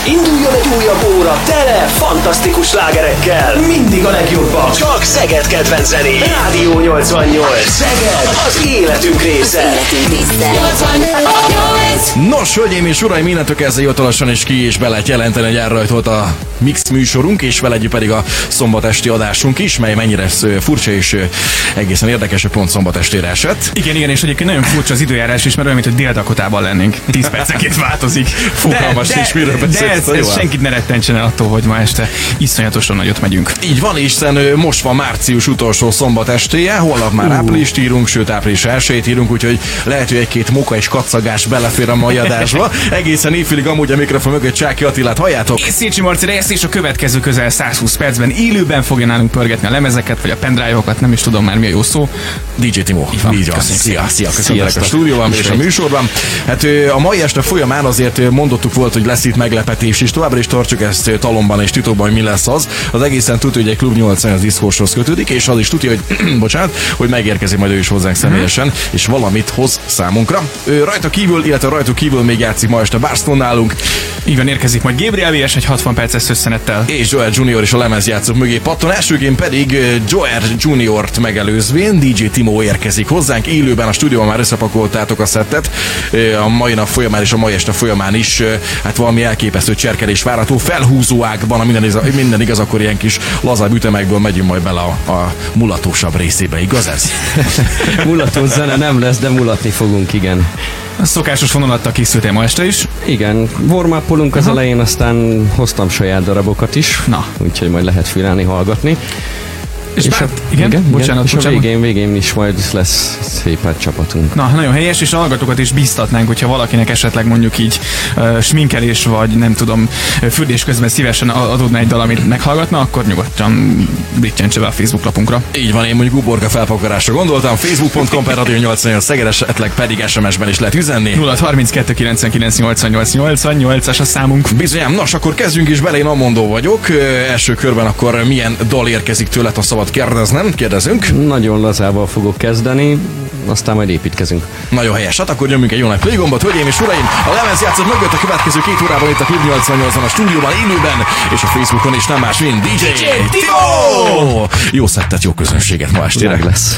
Induljon egy újabb óra tele fantasztikus slágerekkel. Mindig a legjobbak. Csak Szeged kedvenc zené. Rádió 88. Szeged az életünk része. 88. Nos, hölgyeim és uraim, innentől kezdve hivatalosan is ki és be lehet jelenteni, hogy erre volt a Mix műsorunk, és vele pedig a szombat esti adásunk is, mely mennyire furcsa és egészen érdekes, hogy pont szombat estére esett. Igen, és egyébként nagyon furcsa az időjárás is, mert olyan, mint hogy Dél-Dakotában lennénk. 10 percenként változik. Fogalmas és miről beszélsz. De ez senkit ne rettentsen el attól, hogy ma este iszonyatosan nagyot megyünk. Így van, hiszen most van március utolsó szombat estéje, holnap már áprilist írunk, sőt április 1-ét írunk, úgyhogy lehet, hogy egy-két moka és kacagás belefér a mai adásba. Egészen évfélig amúgy a mikrofon mögött Csáki Attilát halljátok. És Szécsi Marci Rejesz, és a következő közel 120 percben élőben fogja nálunk pörgetni a lemezeket, vagy a pendrive-okat, nem is tudom már mi a jó szó. DJ Timo. Így van. Szia, köszönjük a stúdióban és a műsorban. Hát a mai este folyamán azért mondottuk volt, hogy lesz itt meglepetés is, továbbra is tartjuk ezt talomban és titokban, hogy mi lesz az. Az egészen tudja, hogy egy Klub 88 diszkóshoz kötődik, és az is tudja, hogy hogy megérkezik majd ő is hozzánk személyesen, és valamit hoz számunkra. Rajtuk kívül még játszik ma este Barstone nálunk. Így van, érkezik majd Gabriel VS egy 60 perces szösszenettel. És Joel Junior is a lemezjátszók mögé patton. Elsőként pedig Joel Juniort megelőzvén DJ Timo érkezik hozzánk. Élőben a stúdióban már összepakoltátok a szettet. A mai nap folyamán és a mai este folyamán is hát valami elképesztő cserkelés várható. Felhúzó ágban, a minden igaz, akkor ilyen kis lazább ütemekből megyünk majd bele a mulatósabb részébe, igaz ez? Mulatós zene nem lesz, de mulatni fogunk, igen. A szokásos vonulattal készültél ma este is? Igen, warm-upolunk az elején, aztán hoztam saját darabokat is, úgyhogy majd lehet fülelni, hallgatni. És bocsánat. És a végén is majd lesz szép pár csapatunk. Na, nagyon helyes, és a hallgatókat is bíztatnánk, hogyha valakinek esetleg mondjuk így sminkelés, vagy nem tudom, fürdés közben szívesen adódna egy dal, amit meghallgatna, akkor nyugodtan bliccentse be a Facebook lapunkra. Így van, én mondjuk uborka felpakolásra gondoltam, facebook.com/radio88 Szeged, esetleg pedig SMS-ben is lehet üzenni. 0-32 99 88 88-as a számunk. Bizonyám, nos, akkor kezdjünk is bele, én Amondó vagyok. Első körben akkor milyen dal érkezik tőled, a szabad kérdezünk. Nagyon lazával fogok kezdeni, aztán majd építkezünk. Nagyon helyes, hát akkor nyomjunk egy jó nagy play gombot, hölgyeim és uraim! A lemezjátszót mögött a következő 2 órában itt a Klub 88-ban a stúdióban élőben, és a Facebookon is nem más, mint DJ Timo! Jó szettet, jó közönséget ma estére. Meg lesz.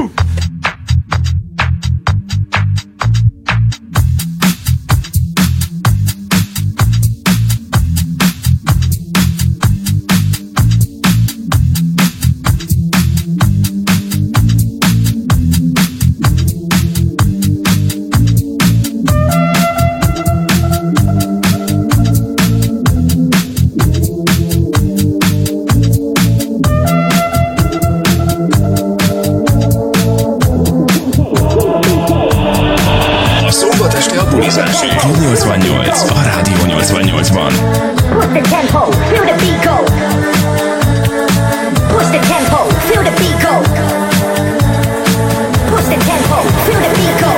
Klub 88, a Rádió 88-ban. Push the tempo, feel the beat go. Push the tempo, feel the beat go. Push the tempo, feel the beat go.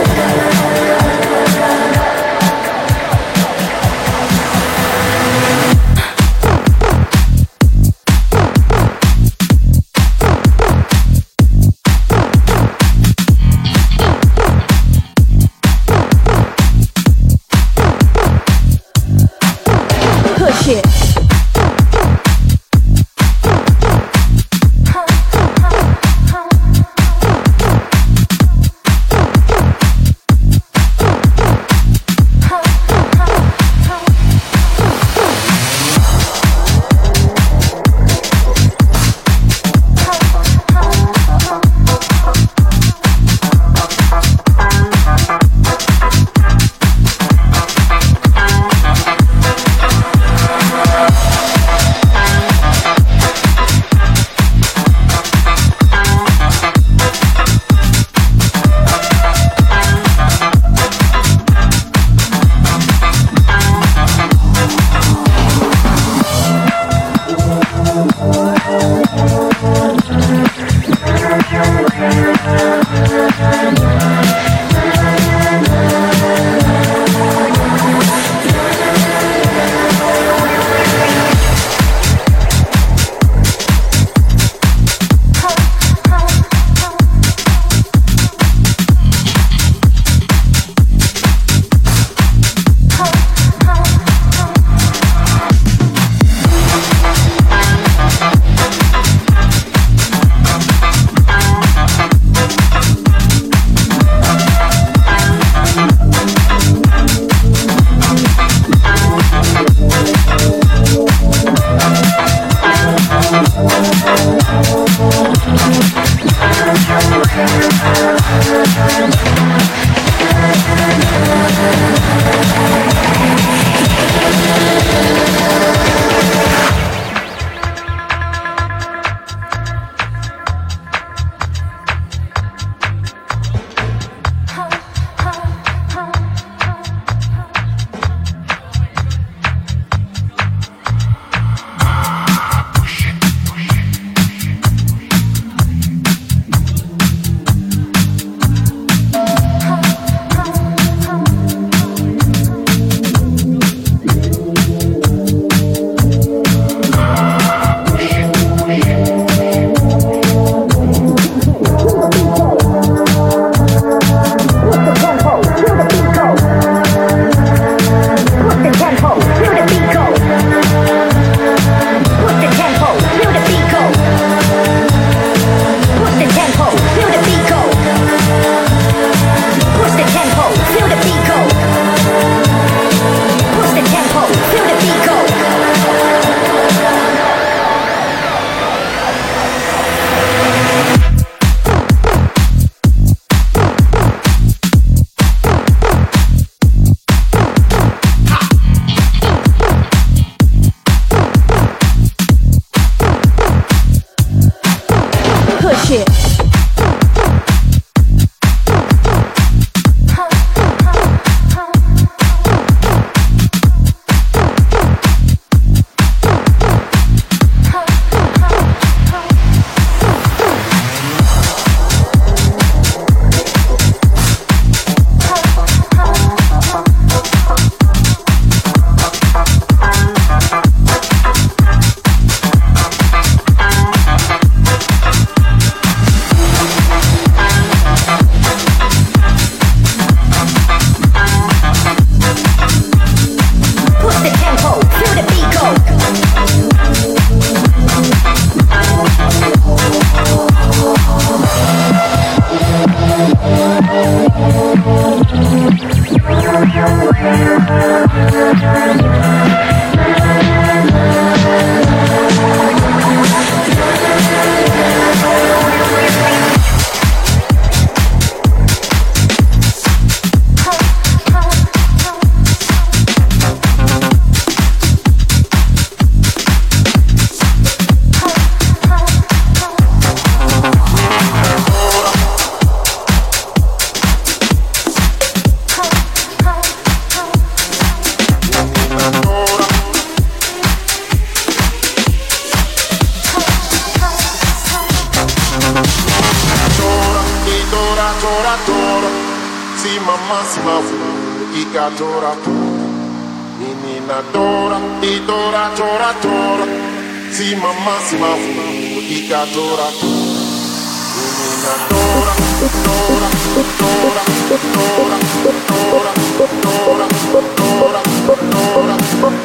massima Icatora Menina Dora e Dora Tora Tora Sì ma massima Icatora Menina Dora Dora Dora Dora Dora Dora Dora Dora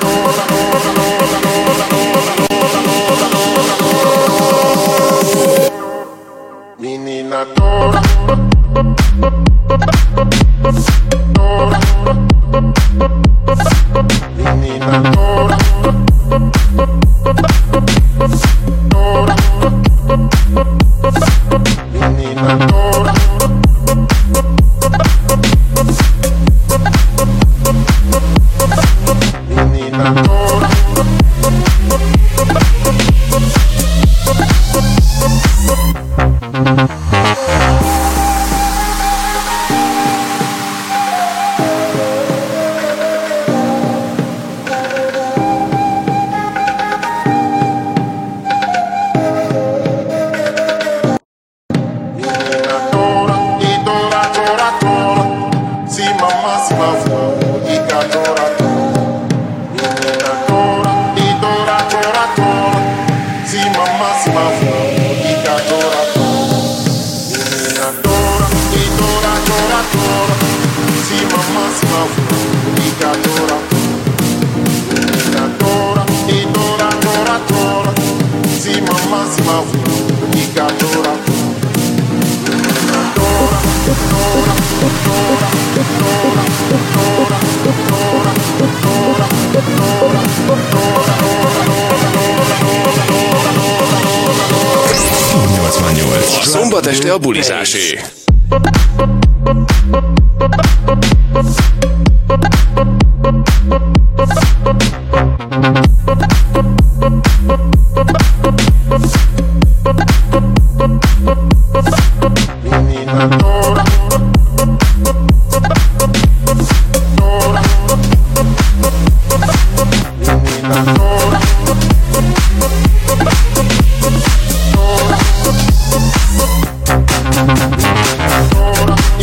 Menina Dora Dora Menina Dora Dora Menina Dora Menina Dora A szombat este a bulizásé. Dora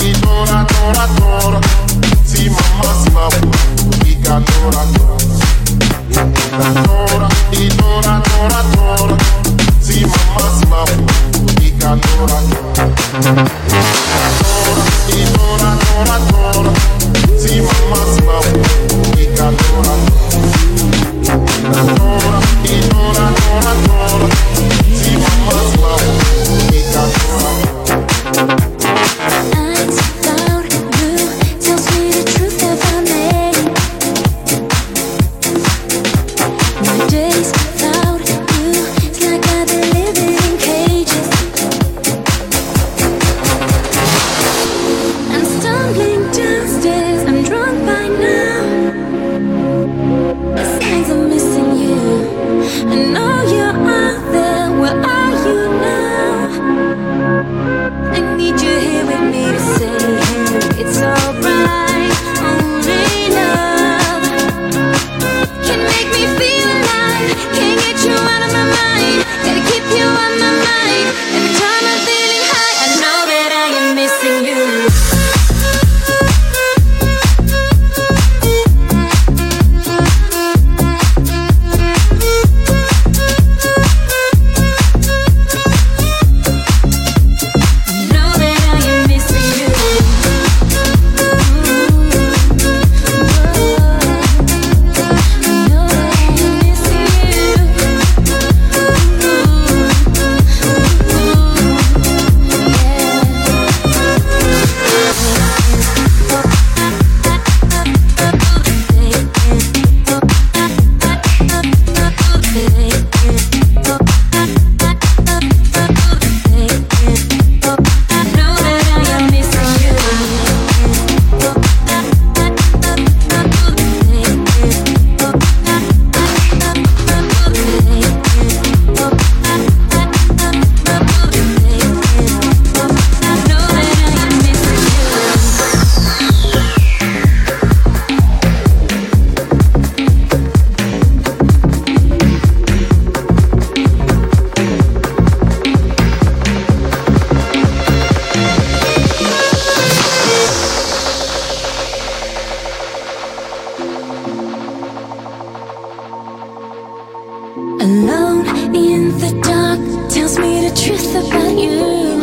Alone in the dark tells me the truth about you.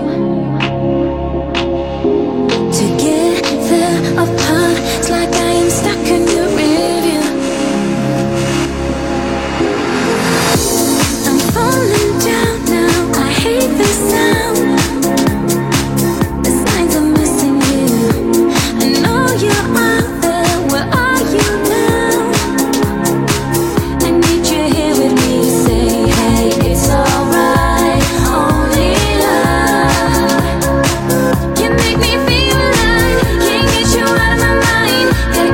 Together apart, it's like I am stuck in your review. I'm falling down now, I hate the sound. The signs are missing you. I know you're out there, where are you now? I need you here with me to say, hey, it's alright, only love. You make me feel alive, can't get you out of my mind.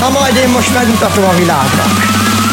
Na majd én most megmutatom a világnak.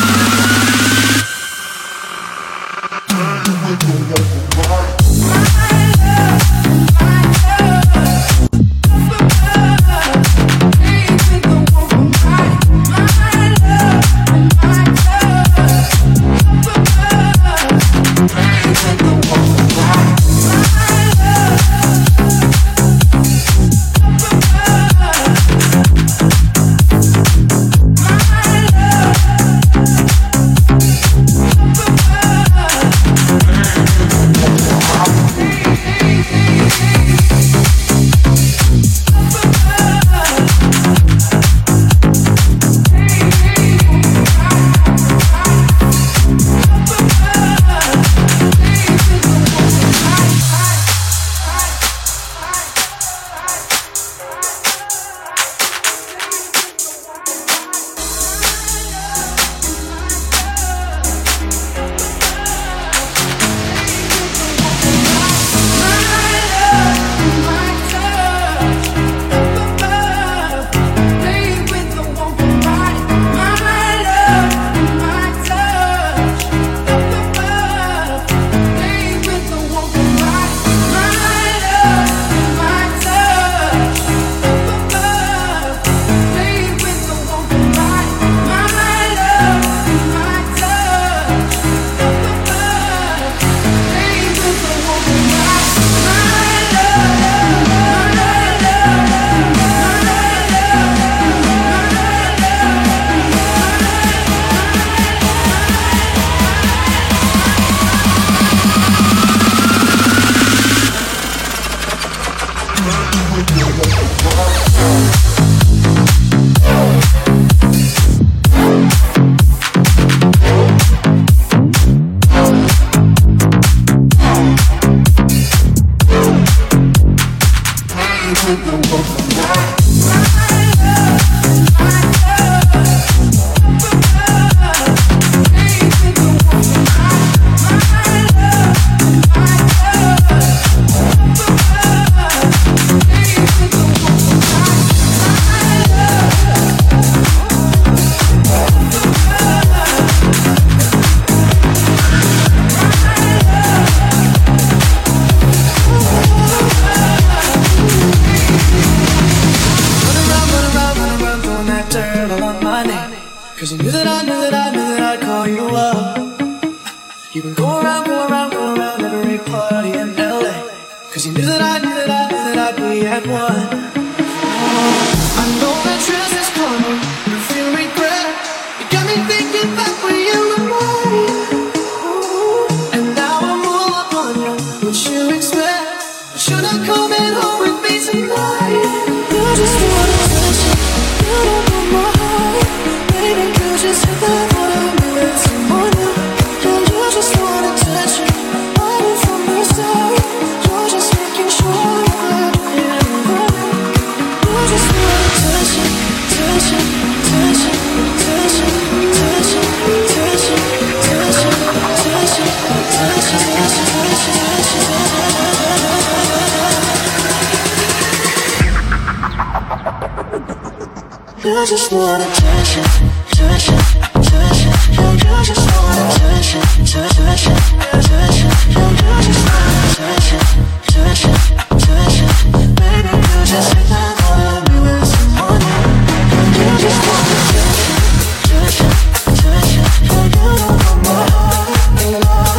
You just want attention, attention, attention. You just want attention, attention, attention. You just want attention, attention, attention. Baby, you just hit that on me with someone new. You just want attention, attention, attention. You don't want my heart, you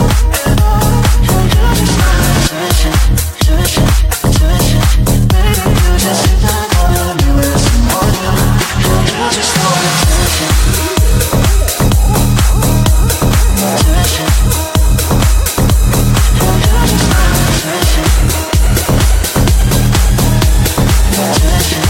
just want attention, attention, attention. Baby, you just hit that on me with someone new. I just want attention. Attention. I just want attention. Attention.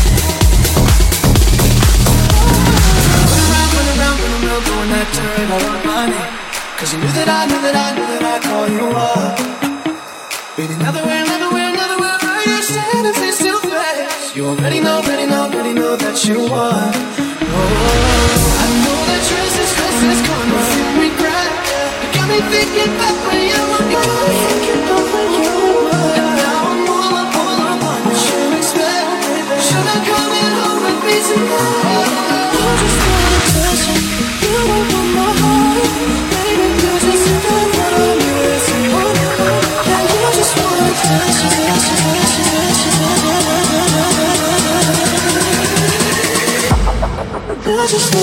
Run around, doing that dirt all on my name. 'Cause you knew that I'd call you up. Baby, another way, right here standing face to face. You already know that you won. I know that stress is coming from regret. You got me thinking back when you were mine. And now I'm all up on what you expect. Should I come in home with me tonight?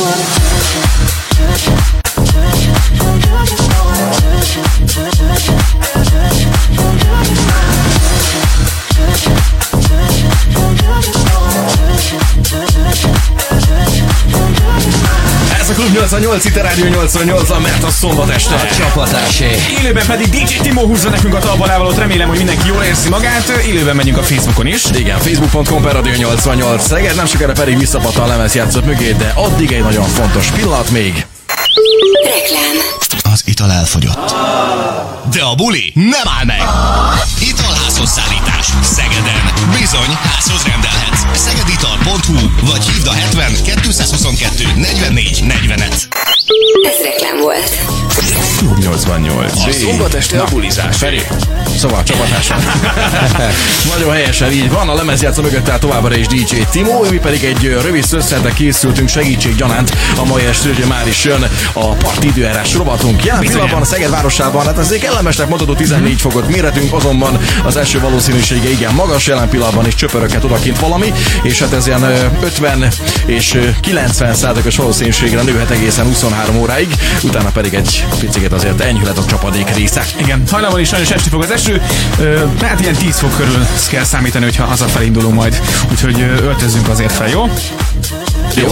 Ez a Klub 88, itt a Rádió 88-an, mert a szombat este. A csapatásé. Élőben pedig DJ Timo húzza nekünk a talbalávalót, remélem, hogy mindenki jól érzi magát. Élőben megyünk a Facebookon is. Igen, facebook.com/Rádió 88 Szeged, nem sokára pedig visszapattan a lemezjátszót mögé, de addig egy nagyon fontos pillanat még. Reklám. Az ital elfogyott. De a buli nem áll meg! Italházhoz szállítás Szegeden. Bizony, házhoz rendelhetsz. Szegedital.hu vagy hívd a 70 222 44 40-et. Ez reklám volt. Klub 88. A szombat este a bulizás. Feri, szóval csapatása. Nagyon helyesen így van, a lemezjátszó mögött áll továbbra is DJ Timo, mi pedig egy rövid szösszetre készültünk segítséggyanánt. A mai estőre már is jön a parti időjárás rovatunk. Jelen pillanatban a Szeged városában, hát azért kellemesnek mondható 14 fokot méretünk, azonban az első valószínűsége igen magas, jelen pillanatban is csöpöröket odakint valami, és hát ez ilyen 50 és 90%-os valószínűségre nőhet egészen 23 óráig, utána pedig egy picit azért enyhület a csapadék része. Igen, hajnalban is sajnos esni fog az eső, hát ilyen 10 fok körül kell számítani, hogyha hazafelé indulunk majd, úgyhogy öltözzünk azért fel, jó? Jó,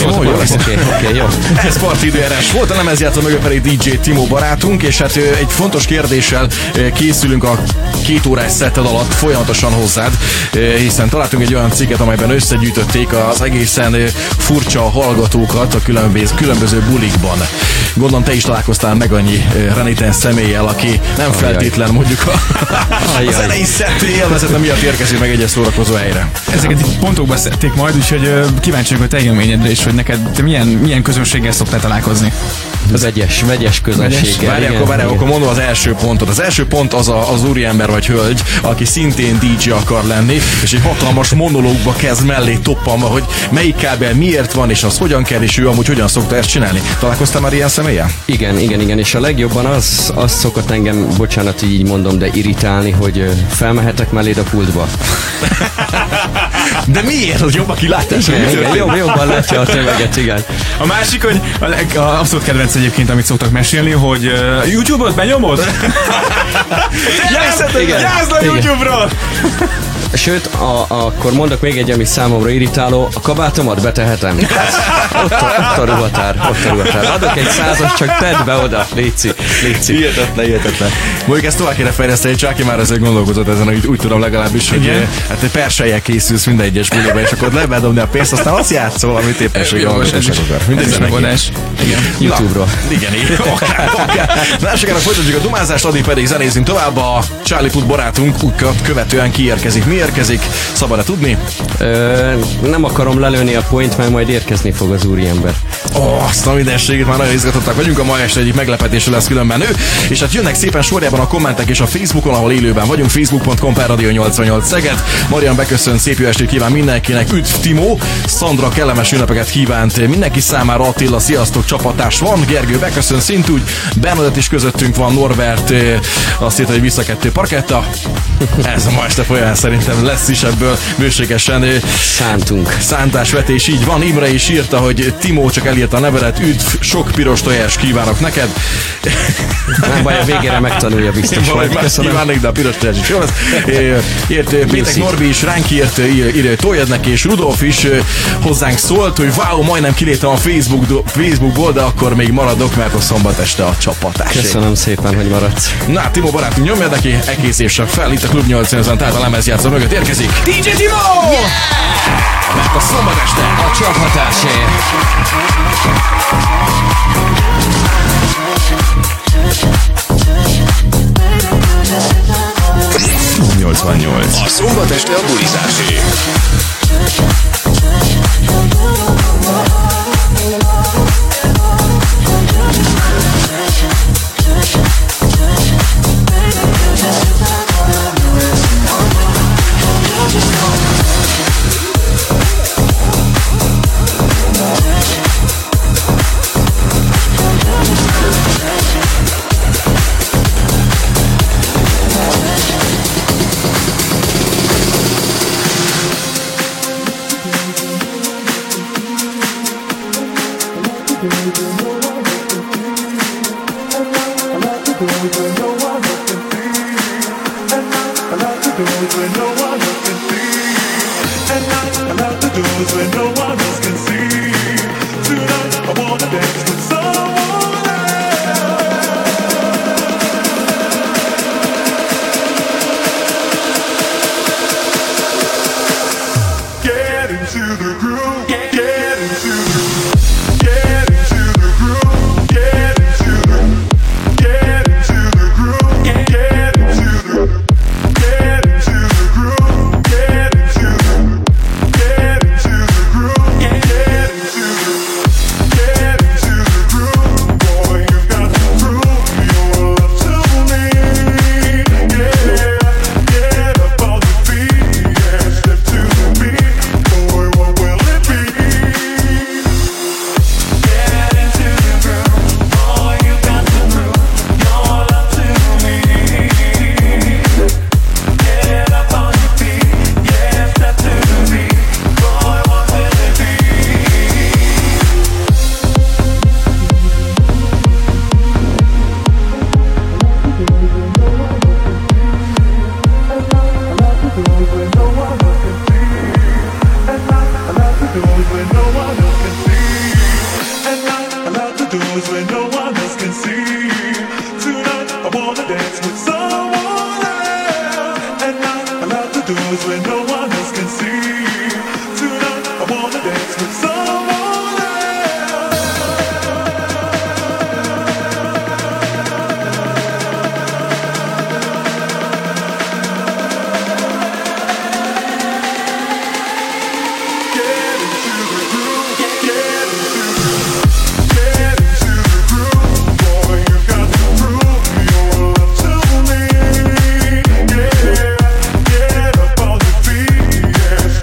Oké. Ez parti időjárás volt, a lemezjátszó mögött pedig DJ Timo barátunk, és hát egy fontos kérdéssel készülünk a 2 órás szetted alatt folyamatosan hozzád, hiszen találtunk egy olyan cikket, amelyben összegyűjtötték az egészen furcsa hallgatókat a különböző bulikban. Gondolom te is találkoztál meg annyi renitens személlyel, aki nem feltétlen mondjuk a zenei szett élvezete miatt érkezik meg egy szórakozó helyre. Ezeket itt pontokba szedték majd, úgyhogy kíváncsi vagyok a te élményedre is, hogy neked te milyen közönséggel szoktál találkozni. Vegyes közönséggel. Várj, akkor mondom az első pontot. Az első pont az úriember vagy hölgy, aki szintén DJ akar lenni, és egy hatalmas monológba kezd mellé toppanva, hogy melyik kábel miért van, és az hogyan kell, és ő amúgy hogyan szokta ezt csinálni. Találkoztál már ilyen személlyel? Igen, és a legjobban az szokott engem, bocsánat, hogy így mondom, de irritálni, hogy felmehetek melléd a pultba. De miért? Az jobb a kilátás? Igen, jobban látja a tömeget, igen. A másik, hogy abszolút kedvenc egyébként, amit szoktak mesélni, hogy YouTube-ot benyomod? Jázz le YouTube-ról! Sőt, akkor mondok még egy, ami számomra irritáló, a kabátomat betehetem. Ott a ruhatár. Adok egy 100-as, csak tedd be oda, léci. Hihetetlen. Mondjuk ezt tovább kéne fejleszteni, Csáki már ezzel gondolkozott ezen, hogy úgy tudom legalábbis, hogy hát te persejjel készülsz minden egyes buliba, és akkor lebedobni a pénzt, aztán azt játszol, amit éppenséggel hallgatóság akar. Mindez megoldás. YouTube-ról. Igen, akár. Másokra folytatjuk a dumázást, addig pedig zenézünk tovább. A Charlie Puth barátunkat követően kiérkezik. Mi érkezik? Szabad-e tudni? Nem akarom lelőni a point, mert majd érkezni fog az úriember. Azt a mindenségét, már nagyon izgatottak vagyunk, a ma este egyik meglepetésre lesz különben ő, és hát jönnek szépen sorjában a kommentek és a Facebookon, ahol élőben vagyunk, facebook.com/Rádió 88 Szeged. Marian beköszön, szép jó estét kíván mindenkinek, üdv Timo, Szandra kellemes ünnepeket kívánt mindenki számára, Attila, sziasztok, csapatás van, Gergő beköszön szintúgy, Bernadett is közöttünk van, Norbert azt írta, hogy vissza 2 parketta. Ez a ma este folyamán szerintem lesz is ebből bőségesen szántásvetés, így van. Imre is írta, hogy Timo, csak elírta a nevedet, üdv, sok piros tojás kívánok neked. Nem baj, a végére megtanulja biztos. Kívánok, de a piros tojás is jó lesz. Pétek Norbi is ránk írt, toljad neki, és Rudolf is hozzánk szólt, hogy wow, majdnem kiléptem a Facebookból, de akkor még maradok, mert a szombat este a csapatás. Köszönöm szépen, hogy maradsz. Na, Timo barátunk, nyomja neki, egészéssel fel, itt a Klub 88-on, tehát a lemezjátszó mögött érkezik DJ Timo! Yeah! Mert a szombat este a csapatásé. 88. A szombat este a bulizásé. doors where no one else can see. At night, I lock the doors where no one else can see. Tonight, I wanna dance with someone else. Get into the groove. Get into the groove. Get into the groove. Get into the get into the groove. Get into the get into the groove. Get into the get into the groove. Get into the get into the groove. Boy, you got to prove your love to me. Yeah, get up on the feet. Yeah, step to the beat. Boy, what will it be? Get into the groove. Boy, you got to prove your love to me. Get up on your feet. Yeah, step to the beat. Boy, what will it be? Doors where no one else can see. Tonight I wanna dance with someone else. At night I lock the doors where no one else can see. Tonight I wanna dance with someone else. Get into the groove. Get into the get into the groove. Boy, you got to prove your love to me. Yeah, get up on your feet. Yeah,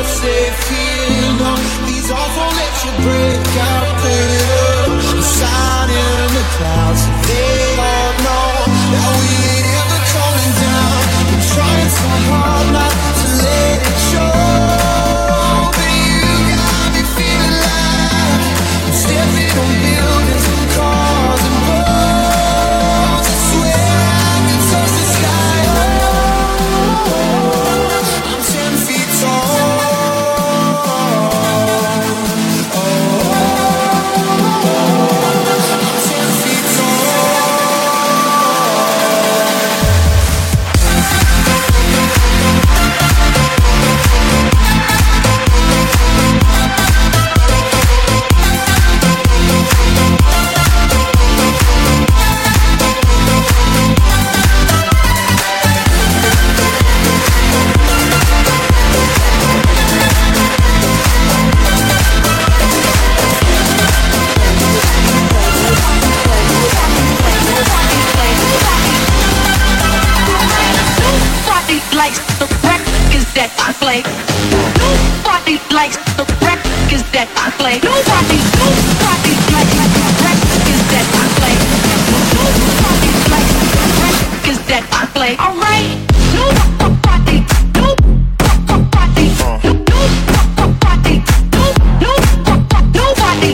safe here. No, these arms won't let you break out. Paint it up, a sign in the clouds. They all know that we ain't ever coming down. We're trying so hard not to let it show. But you got me feeling like I'm stepping on buildings and cars and boats. I swear I can touch the sky. Oh, I'm 10 feet tall. Nobody likes the records that I play. Nobody likes the records that I play. Nobody likes the records that I play. Alright, nobody, nobody, nobody, nobody,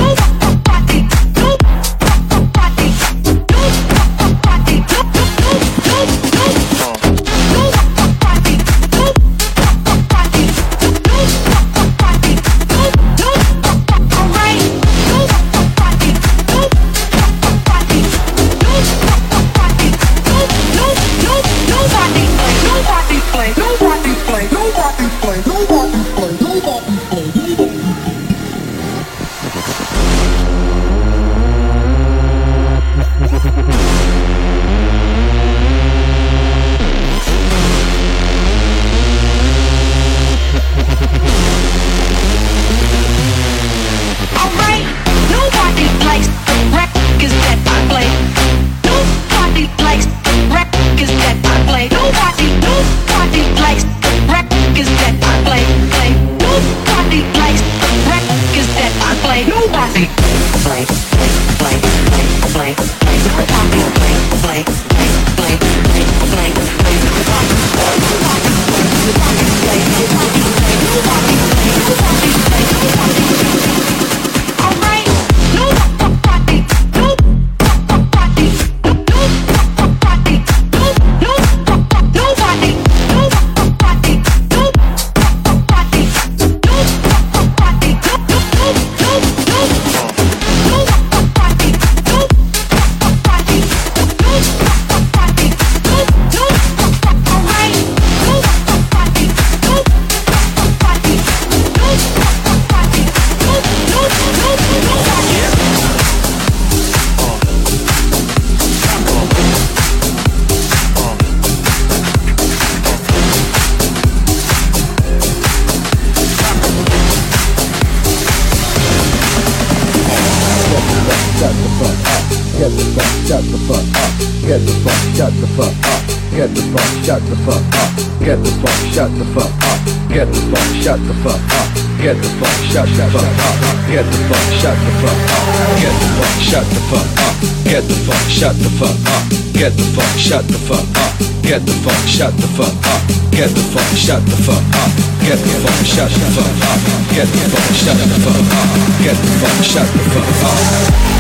Shut the fuck up. Get the fuck, shut the fuck up. Get the fuck, shut the fuck up. Get the fuck, shut the fuck up. Get the fuck, shut the fuck up. Get the fuck, shut the fuck up.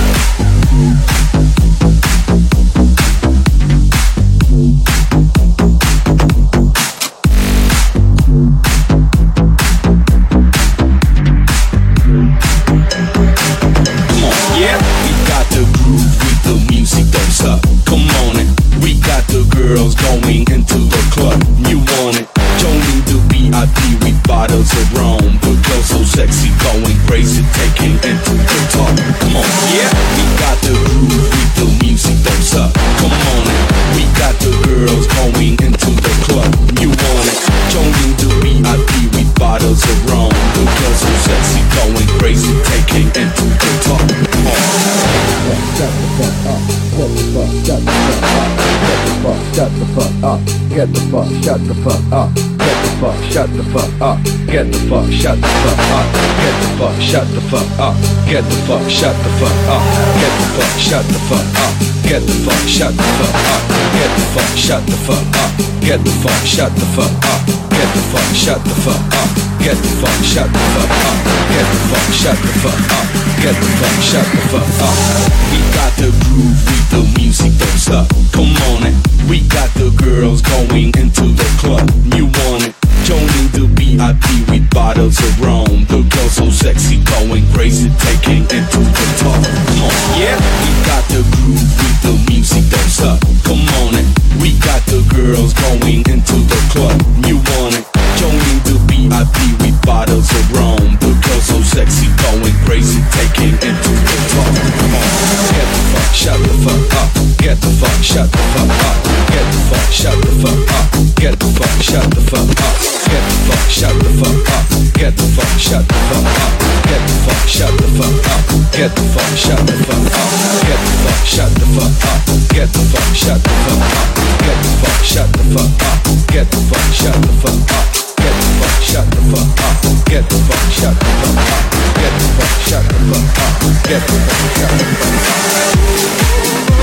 Get the fuck, shut the fuck up. Get the fuck, shut the fuck up. Get the fuck, shut the fuck up. Get the fuck, shut the fuck up. Get the fuck, shut the fuck up. Get the fuck, shut the fuck up. Get the fuck, shut the fuck up. Get the fuck, shut the fuck up. Get the fuck, shut the fuck up. Get the fuck, shut the fuck up. Get the fuck, shut the fuck up. Get the fuck, shut the fuck up. Get the fuck, shut the fuck up. We got the groove with the music, don't stop. Come on it. We got the girls going into the club. You want it? Joining the VIP with bottles of rum. The girls so sexy, going crazy, taking it to the top. Come on, yeah. We got the groove with the music, don't stop. Come on it. We got the girls going into the club. You want it? Joining the VIP with bottles of rum. The girls so sexy, going crazy, taking it to the top. Come on, get the fuck, shut the fuck up. Get the fuck, shut the fuck up. Get the fuck, shut the fuck up. Get the fuck, shut the fuck up. Get the fuck, shut the fuck up. Get the fuck, shut the fuck up. Get the fuck, shut the fuck up. Get the fuck, shut the fuck up. Get the fuck, shut the fuck up. Get the fuck, shut the fuck up. Get the fuck, shut the fuck up. Get the fuck, shut the fuck up. Get the fuck, shut the fuck up. Get the fuck, shut the fuck up. Get the fuck, shut the fuck up. Get the fuck, shut the fuck up.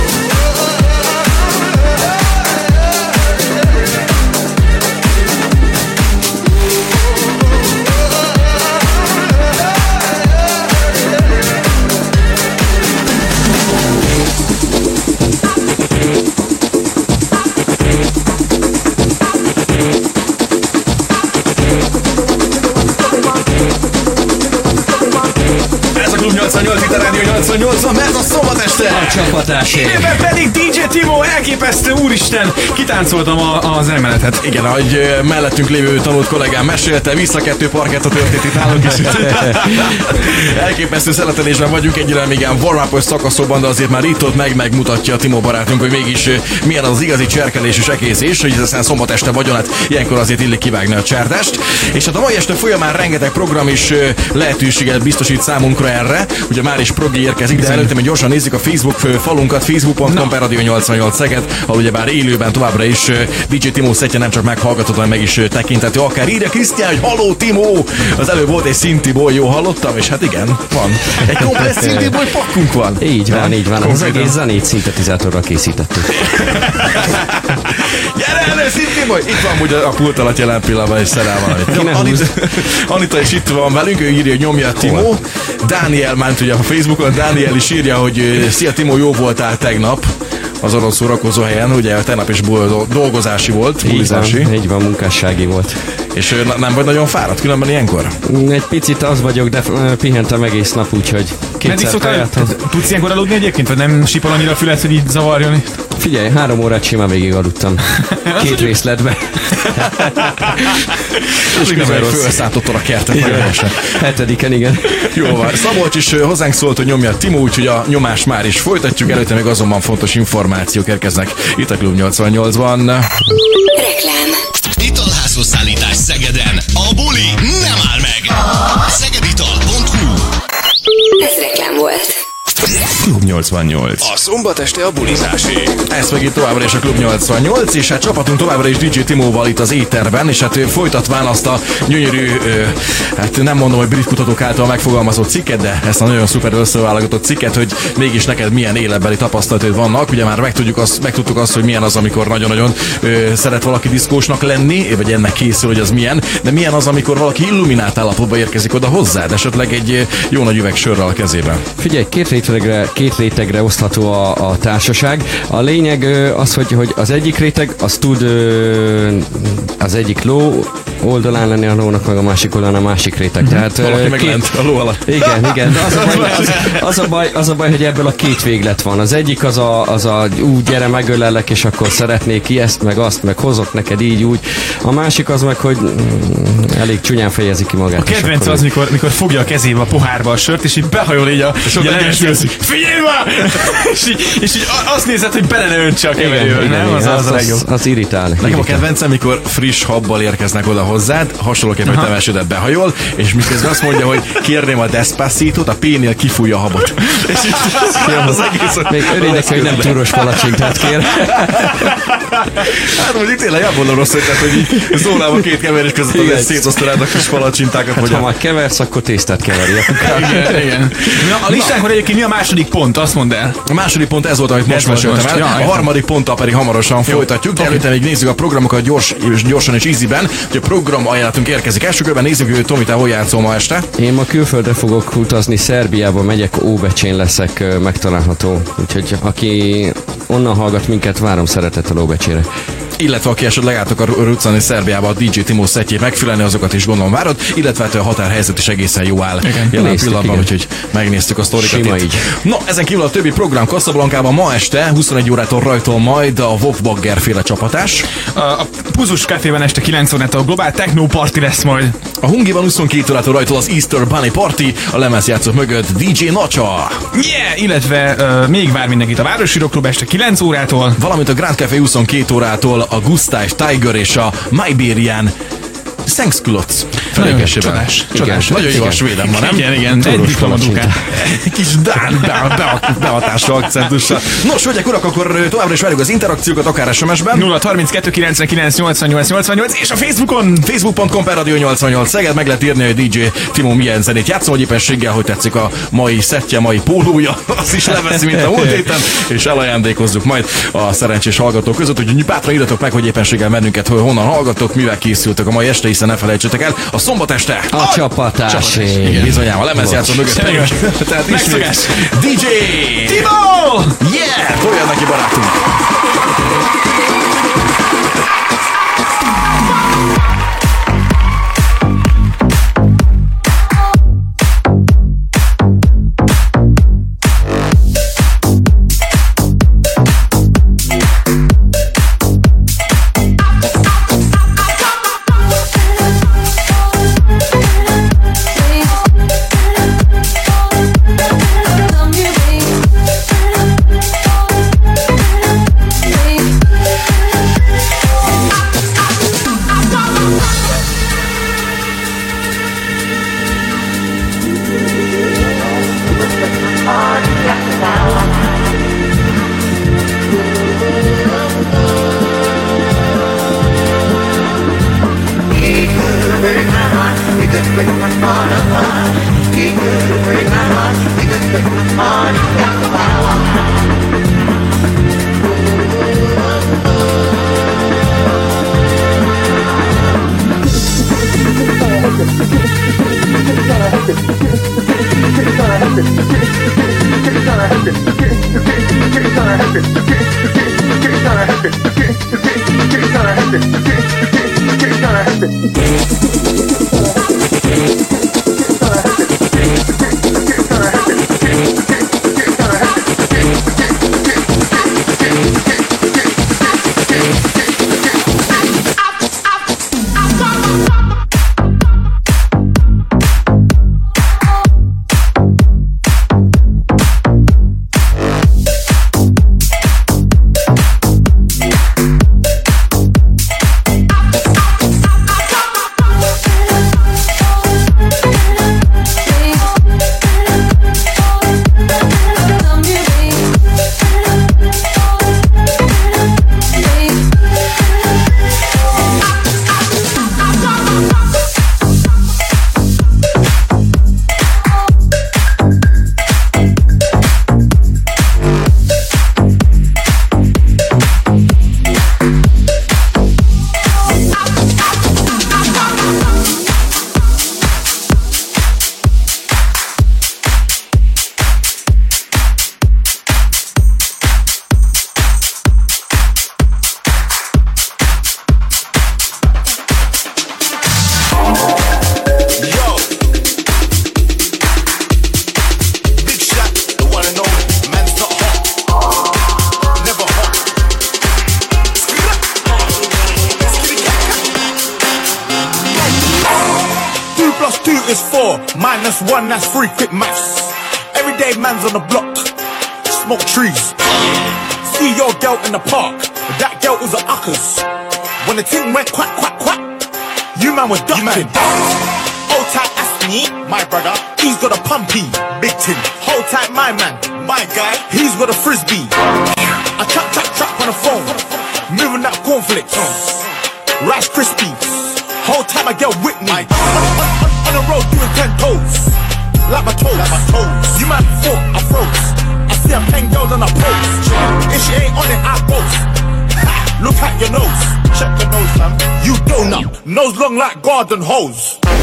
Itt a Rádió 88-on, mert a szombat este! A csapatásé! Éppen pedig DJ Timo, elképesztő, úristen! Kitáncoltam az emeletet. Igen, ahogy mellettünk lévő tanult kollégám mesélte, vissza 2 parkett a történt itt nálunk is. Elképesztő szeletelésben vagyunk, egyre még ilyen warm-up-os szakaszokban, de azért már itt-ott megmutatja a Timo barátunk, hogy mégis milyen az igazi cserkelés és ekészés, hogy ez aztán szombat este vagyon, hát ilyenkor azért illik kivágni a csárdást. És hát a mai este folyamán rengeteg program is lehetőséget biztosít számunkra erre. Ugye már is progi érkezik, de előtte még gyorsan nézzük a Facebook falunkat, facebook.com/Radio88 Szeged, ahol ugyebár élőben továbbra is DJ Timo szettje nem csak meghallgatható, hanem meg is tekintető. Akár írja Krisztián, hogy halló Timo! Az előbb volt egy Szintiból, jó hallottam, és hát igen, van. Egy komplex Szintiból pakkunk van. Így van, így van. Az egész zenét szintetizátorral készítettük. Gyere elő, Szintiból! Itt van ugye a pult alatt jelen pillanatban, és szerel valamit. Anita is itt van velünk, ő írja, hogy nyomja Timo. Dániel ment ugye a Facebookon, Dániel is írja, hogy szia Timo, jó voltál tegnap az adott szórakozó helyen, ugye tegnap is dolgozási volt, bulizási. Így van, munkássági volt. És nem vagy nagyon fáradt különben ilyenkor? Egy picit az vagyok, de pihentem egész nap, úgyhogy kétszer kaját. Tudsz ilyenkor aludni egyébként, vagy nem sipol annyira a fület, hogy így zavarjon? Figyelj, 3 órát simán végig aludtam. 2 részletbe. És közben felszálltottad a kertet. 7-en, igen. Jó van. Szabolcs is hozzánk szólt, hogy nyomja Timo, úgyhogy a nyomás már is folytatjuk. Előtte még azonban fontos információk érkeznek itt a Klub 88-ban. Reklám. Italházhozszállítás Szegeden. A buli nem áll meg. Szegedital.hu. Ez reklám volt. Klub 88. A szombat este a bulizásé. Ez meg itt továbbra is a Klub 88, és hát csapatunk továbbra is DJ Timóval itt az éterben, és hát folytatván azt a gyönyörű, hát nem mondom, hogy brit kutatók által megfogalmazott cikket, de ezt a nagyon szuper összeválogatott cikket, hogy mégis neked milyen életbeli tapasztalataid vannak. Ugye már megtudtuk azt, hogy milyen az, amikor nagyon-nagyon szeret valaki diszkósnak lenni, vagy ennek készül, hogy az milyen, de milyen az, amikor valaki illuminált állapotba érkezik oda hozzád, esetleg egy jó nagy üveg sörrel a kezében. Figyelj, két rétegre osztható a társaság. A lényeg az, hogy az egyik réteg az tud az egyik ló oldalán lenni a lónak, meg a másik oldalán a másik réteg. Tehát valaki meg lent a ló alatt. Igen, de az a baj, hogy ebből a 2 véglet van. Az egyik az a gyere megölellek, és akkor szeretnék ki ezt, meg azt, meg hozok neked így, úgy. A másik az meg, hogy elég csúnyán fejezi ki magát. A kedvenc az, mikor fogja a kezébe a pohárba a sört, és így behajol így a figyelj már! és így azt nézed, hogy bele ne öntse a keverővel, nem? Az a legjobb. Az irritál. Nekem a kedvencem, mikor friss habbal érkeznek oda hozzád, hasonlóképpen, hogy te mesédet behajol, és miközben azt mondja, hogy kérném a Despacito-t, a P-nél kifújja a habot. És így az egész... Még örülnek, hogy nem túros palacsintát kér. Hát mondjuk tényleg abban a rossz ötlet, hogy így zónában két keverés között azért szétosztanád a kis palacsintákat. Hát, ha már keversz, akkor tésztát keverj. Igen. Na, a listánkon egyébként mi a második pont? Azt mondd el. A második pont ez volt, amit most meséltem el. A harmadik ponttal pedig hamarosan folytatjuk, de előtte még nézzük a programokat gyorsan és easyben. Hogy a program ajánlatunk érkezik. Első körben nézzük, hogy Tomi, te hol játszol ma este? Én ma külföldre fogok utazni, Szerbiába megyek, Óbecsén leszek megtalálható. Úgyhogy aki onnan hallgat minket, várom szeretettel Óbecsére. Illetve aki esetleg át akar ruccani Szerbiába a DJ Timo szettjét megfülelni, azokat is gondolom várod, illetve a határhelyzet is egészen jó áll jelen pillanatban, úgyhogy megnéztük a sztorikat Sima itt. így. No, ezen kívül a többi program Casablancában ma este 21 órától rajtol majd a Wolfbagger féle csapatás. A Puzus Cafében este 9 órától Globál Techno Party lesz majd. A Hungiban 22 órától rajtol az Easter Bunny Party, a lemezjátszók mögött DJ Nacsa. Yeah! Illetve még vár mindenkit a Városi Rock Club este 9 órától. Valamint a Grand Café 22 órától a Gustav Tiger és a Miberian Sengsklots felékesével. Csodás. Nagyon jó a svéden ma, nem? Igen. Egy diplomadukát. Kis dán behatású akcentussal. Nos, hölgyek, urak, akkor továbbra is várjuk az interakciókat, akár SMS-ben. 0-32 99 88 88 és a Facebookon. Facebook.com/Radio88 Szeged, meg lehet írni, hogy DJ Timo milyen zenét játszom, hogy éppenséggel, hogy tetszik a mai szettje, mai pólója, azt is leveszi, mint a múlt héten, és elajándékozzuk majd a szerencsés hallgatók között, úgyhogy bátran írjatok meg, hogy éppenséggel bennünket, hogy honnan hallgatok, mivel készültek a mai este, hiszen ne felejtsétek el, a szombat este A csapatás. Bizonyám, a lemezjátszó mögött pedig. Tehát ismét DJ Timo! Yeah! Toljan neki, barátunk! is 4, minus 1, that's 3, quick maths. Everyday man's on the block, smoke trees. See your girl in the park, but that girl was a uckers. When the ting went quack, quack, quack, You man was ducking. Hold tight, Asney, my brother. He's got a pumpy, big tin. Hold tight, my man, my guy. He's got a frisbee. I trap on the phone, moving that cornflakes. Rice Krispies. Whole time I get with me. On the road doing 10 toes. Like my toes. You man thought I froze. I see I'm 10 girls on a pose. If she ain't on it, I boast. Look at your nose. Check the nose, fam. You donut. Nose long like garden hose.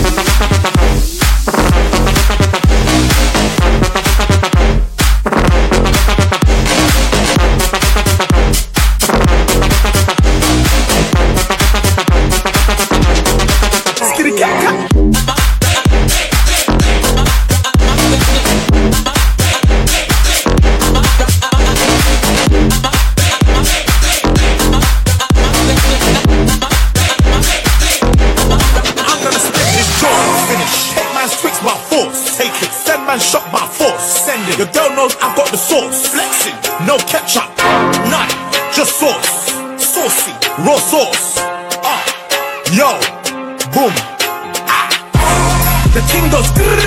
Shot by force, send it. Your girl knows I've got the sauce. Flexing, no ketchup, none, just sauce. Saucy, raw sauce. Yo, boom. The thing goes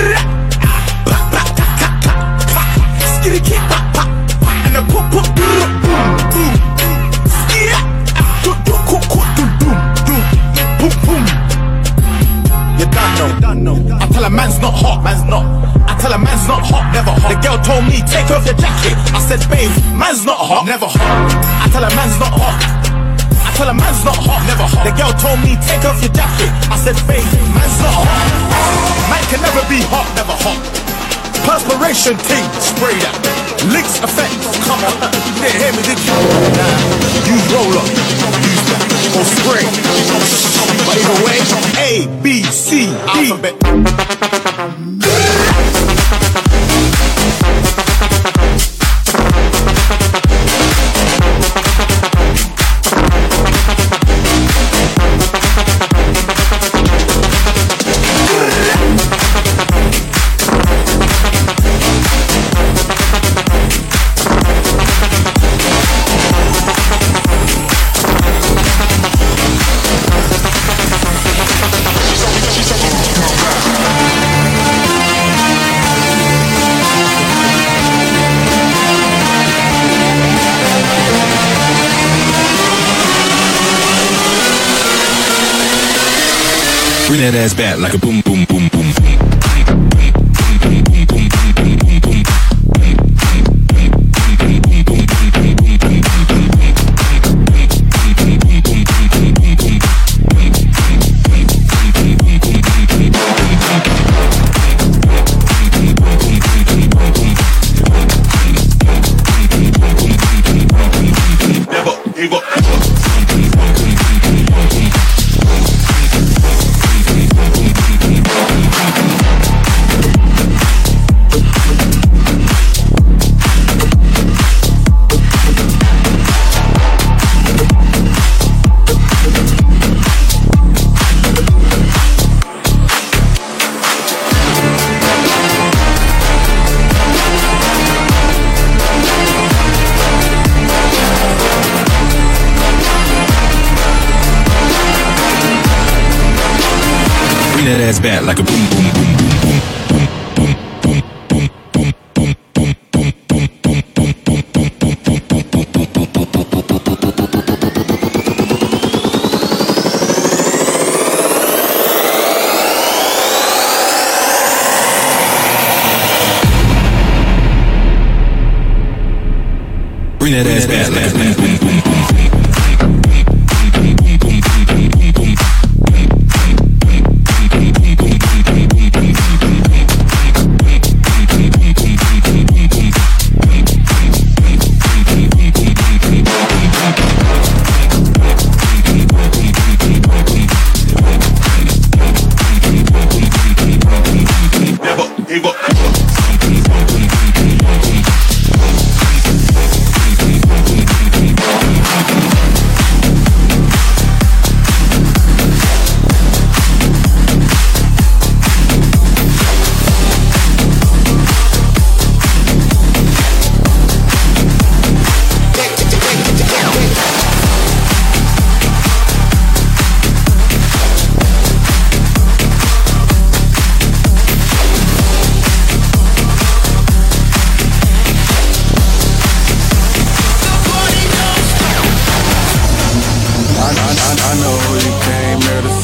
skitty kick, and the pop boom, boom. You done know. I tell a man's not hot, man's not. I tell a man's not hot, never hot. The girl told me, take off your jacket. I said, babe, man's not hot, never hot. I tell a man's not hot. I tell a man's not hot, never hot. The girl told me, take off your jacket. I said, babe, man's not hot. Man can never be hot, never hot. Perspiration ting, spray that. Licks effect, come on. You didn't hear me, did you? Nah, use roller, use that. Or spray. But either way, A, B, C, D. Alphabet. Bring that ass back like a boom, boom, boom, boom, boom. That ass back like a boom, boom, boom, boom, boom, boom, boom, boom, boom, boom, boom, boom, boom, boom, boom, boom, boom, bring that ass back like a boom, boom, boom, boom.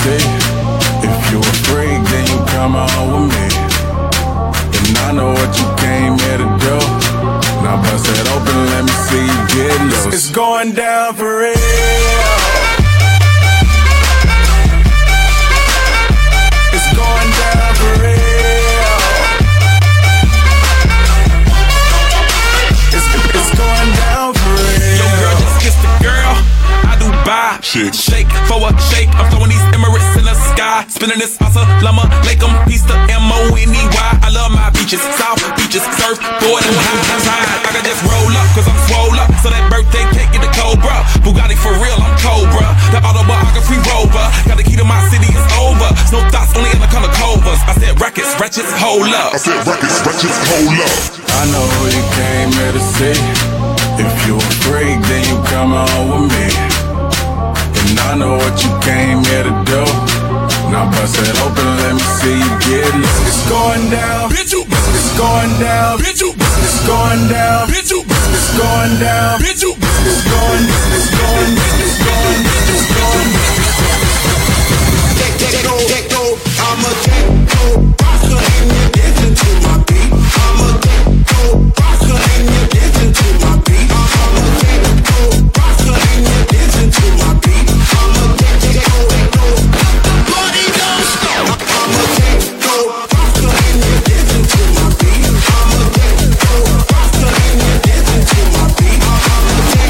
see. If you're a freak, then you come on with me. And I know what you came here to do. Now bust it open, let me see you get loose. It's going down for real. It's going down for real. It's going down for real. Yo, girl, just kiss the girl. I do buy. Shake for a shake. I'm throwing these Emirates in the sky. Spinning this Assalamu alaikum. Peace to M-O-N-E-Y. I love my beaches. South beaches. Surf, board, and high. I can just roll up, cause I'm swole up. So that birthday cake get the Cobra. Bugatti for real, I'm Cobra. The autobiography rover. Got the key to my city, it's over. No thoughts, only in the color covers. I said records, wretches, hold up. I said records, wretches, hold up. I know who you came here to see. If you a freak, then you come on with me. And I know what you came here to do. Now bust it open, let me see you get loose. It's going down, bitch, you. It's going down, bitch, you. It's going down, bitch, you. It's going down, bitch, you. It's going, it's going, it's going, it's going. Techno, I'm a techno rocker and you listen to my beat. I'm a techno rocker and you listen to my beat. I'm a techno rocker and you listen to my beat. I'm a techno body don't stop. I'm a techno rocker and you listen to my beat. I'm a techno rocker and you listen to my beat. I'm a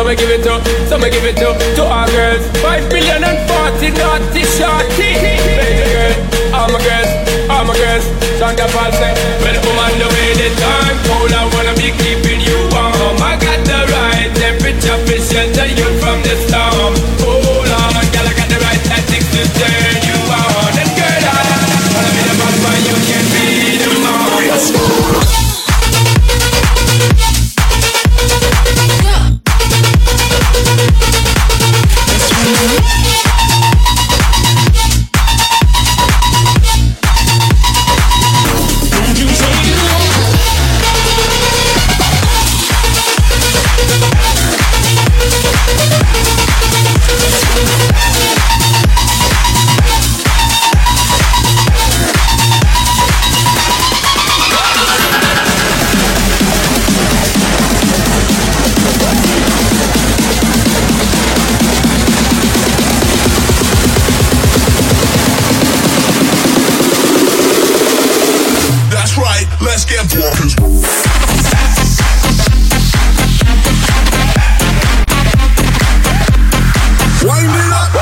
So me give it to our girls. 5 billion and 40 naughty shorty. Baby girl, all my girls. Sandra Paul say, well, woman, the way the time cold, I wanna be keeping you warm. I got the right temperature to shelter you from the storm. Hold on, girl, I got the right tactics to turn you on. And girl, I wanna be the boss, but you can be the mom. Let's get bonkers. Wind it up.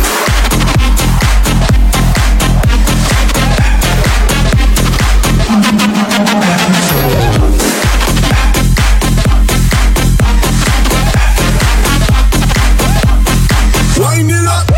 Wind it up.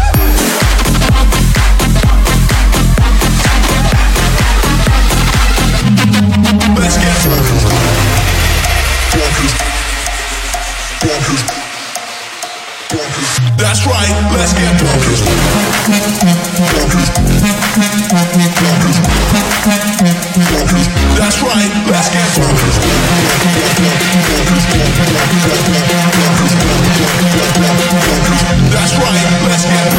Let's get bonkers. Bonkers. Bonkers. Bonkers. That's right, let's get bonkers. Bonkers. Bonkers. Bonkers. That's right, let's get bonkers. That's right, let's get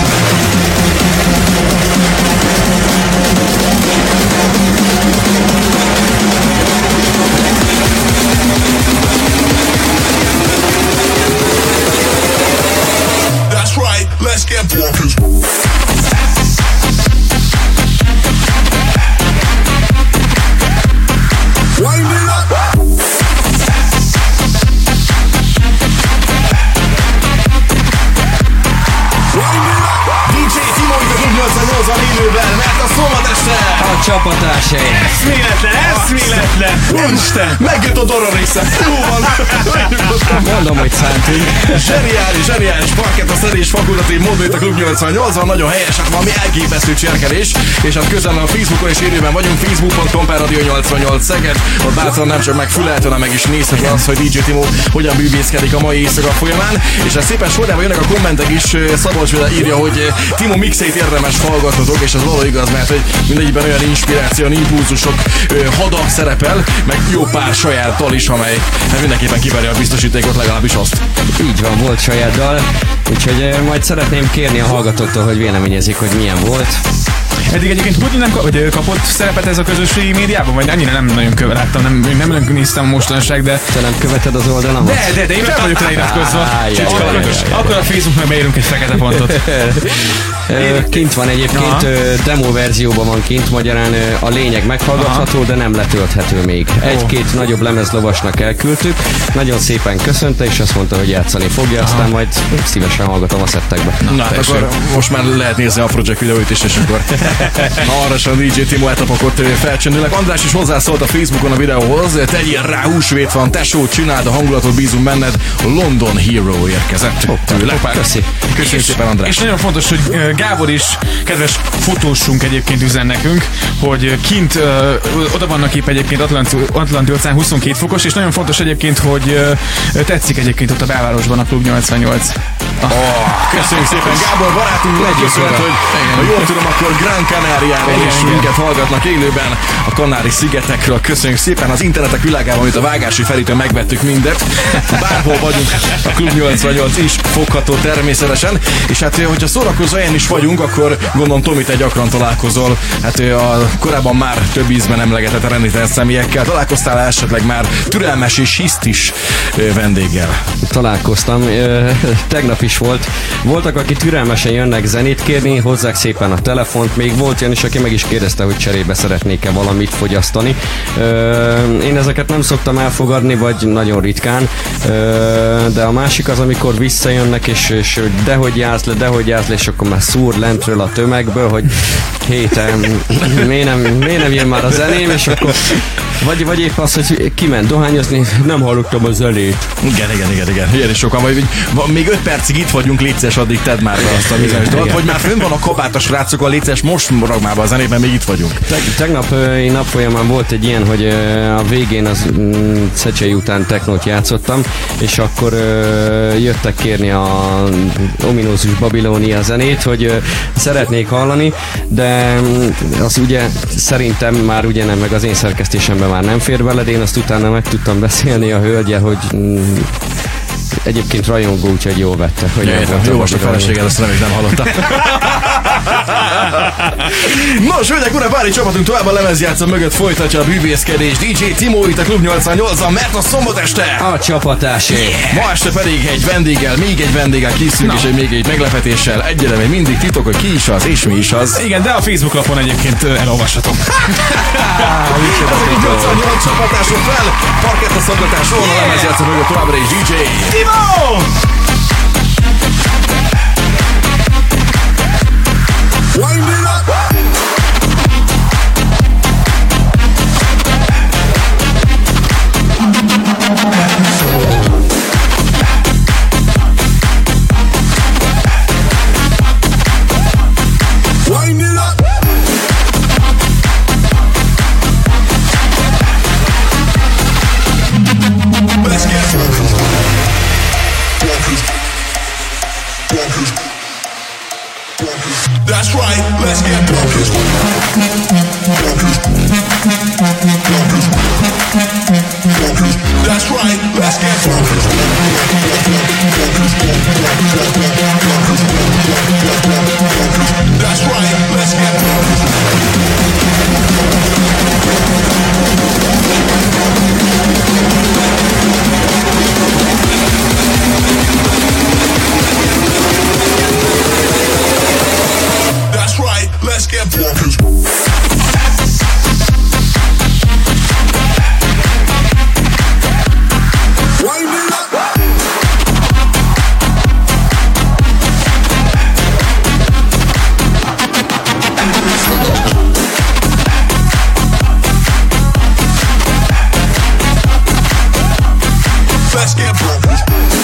That's right, let's get bonkers. Wind it up. DJ Timo itt a Klub 88-an élőben, mert a szombat este A csapatásai. Eszméletlen! Isten! Megjött a Dora része! Jó van! Mondom, hogy szántunk. Zseniális parkett a szerés fakultatív módon itt a Klub 88-an, nagyon helyes, hát valami elképesztő cserkelés, és hát közel a Facebookon és élőben vagyunk, facebook.com/radio88 Szeged, ott bátran nem csak megfülelt, hanem meg is nézhető az, hogy DJ Timo hogyan bűvészkedik a mai éjszaka folyamán, és hát szépen sorában jönnek a kommentek is, Szabolcs Vila írja, hogy Timo mixét érdemes hallgatnotok, és ez való igaz, mert hogy mindegyikben olyan inspiráció, impulzusok hada szerepel, meg jó pár saját dal is, amely hát mindenképpen kiverje a biztosítékot, legalábbis azt. Így van, volt saját dal, úgyhogy majd szeretném kérni a hallgatóktól, hogy véleményezik, hogy milyen volt. Eddig egyébként úgy nem kapott szerepet ez a közösségi médiában? Vagy annyira nem nagyon láttam, nem néztem mostanság, de... Te nem követed az oldalamat? De én fel vagyok leiratkozva. Akkor a Facebooknak beírunk egy fekete pontot. Kint van egyébként, demo verzióban van kint, magyarán a lényeg meghallgatható, de nem letölthető még. Egy-két nagyobb lemezlovasnak elküldtük, nagyon szépen köszönte, és azt mondta, hogy játszani fogja, aztán majd szívesen hallgatom a szettekbe. Na, akkor most már lehet nézni a Project videóit is, és akkor hamarosan DJ Timo etapokot felcsendülnek. András is hozzászólt a Facebookon a videóhoz, tegyél rá, húsvét van, tesó, csináld a hangulatot, bízunk benned, London Hero érkezett tőle. Köszönjük szépen, András. És nagyon fontos, hogy Gábor is, kedves fotósunk egyébként üzen nekünk, hogy kint oda vannak épp egyébként Atlanti óceán 22 fokos, és nagyon fontos egyébként, hogy tetszik egyébként ott a belvárosban a Klub 88. Köszönjük szépen, Gábor barátunk, köszönhet, hogy ha jól tudom, akkor Gran Canariáról is minket hallgatnak élőben a Kanári-szigetekről. Köszönjük szépen, az internetek világában, amit a vágási felítőn megvettük mindet. Bárhol vagyunk, a Klub 88 is fogható természetesen. És hát, hogyha szórakozó helyen is vagyunk, akkor gondolom, Tomi, te gyakran találkozol. Hát a korábban már több ízben emlegetett rendített személyekkel. Találkoztál esetleg már türelmes és hisztis vendéggel? Találkoztam, tegnap is volt. Voltak, akik türelmesen jönnek zenét kérni, hozzák szépen a telefont, még még volt olyan is, aki meg is kérdezte, hogy cserébe szeretnék-e valamit fogyasztani. Én ezeket nem szoktam elfogadni, vagy nagyon ritkán, de a másik az, amikor visszajönnek, és dehogy jársz le, és akkor már szúr lentről a tömegből, hogy héten miért nem jön már a zeném, és akkor vagy épp az, hogy kiment dohányozni, nem hallottam a zenét. Igen. Ilyen is sokan vagy. Még 5 percig itt vagyunk, létszes, addig tedd már be azt a bizonyos dolgot, hogy már fönn van a kabát a srácok, létszes, most morog már be a zenében, még itt vagyunk. Tegnap nap folyamán volt egy ilyen, hogy a végén az Szecsei után technót játszottam, és akkor jöttek kérni a ominózus Babilónia zenét, hogy szeretnék hallani, de az ugye szerintem már ugye nem, meg az én szerkesztésemben már nem fér bele, de én azt utána meg tudtam beszélni a hölgyel, hogy egyébként rajongó, úgyhogy jól vette. Hogy jó, most a feleséged, azt nem hallottam. Nos, hölgyek, uram, Vári csapatunk tovább a lemezjátszó mögött folytatja a bűvészkedés. DJ Timo itt a Klub 88-an, mert a szombat este a csapatásé. Ma este pedig még egy vendéggel készülünk, és még egy meglepetéssel. Egyre még mindig titok, hogy ki is az, és mi is az. Igen, de a Facebook lapon egyébként elolvashatom. Ez a 88 csapatások fel, parkett a szaggatás, volna a lemezjátszó mögött továbbra is DJ Timo! Wind it up. Wind it up. Let's get That's right, let's get bonkers. That's right, let's get bonkers. That's right, let's get That's right, let's get bonkers. Wind it up. Let's get bonkers.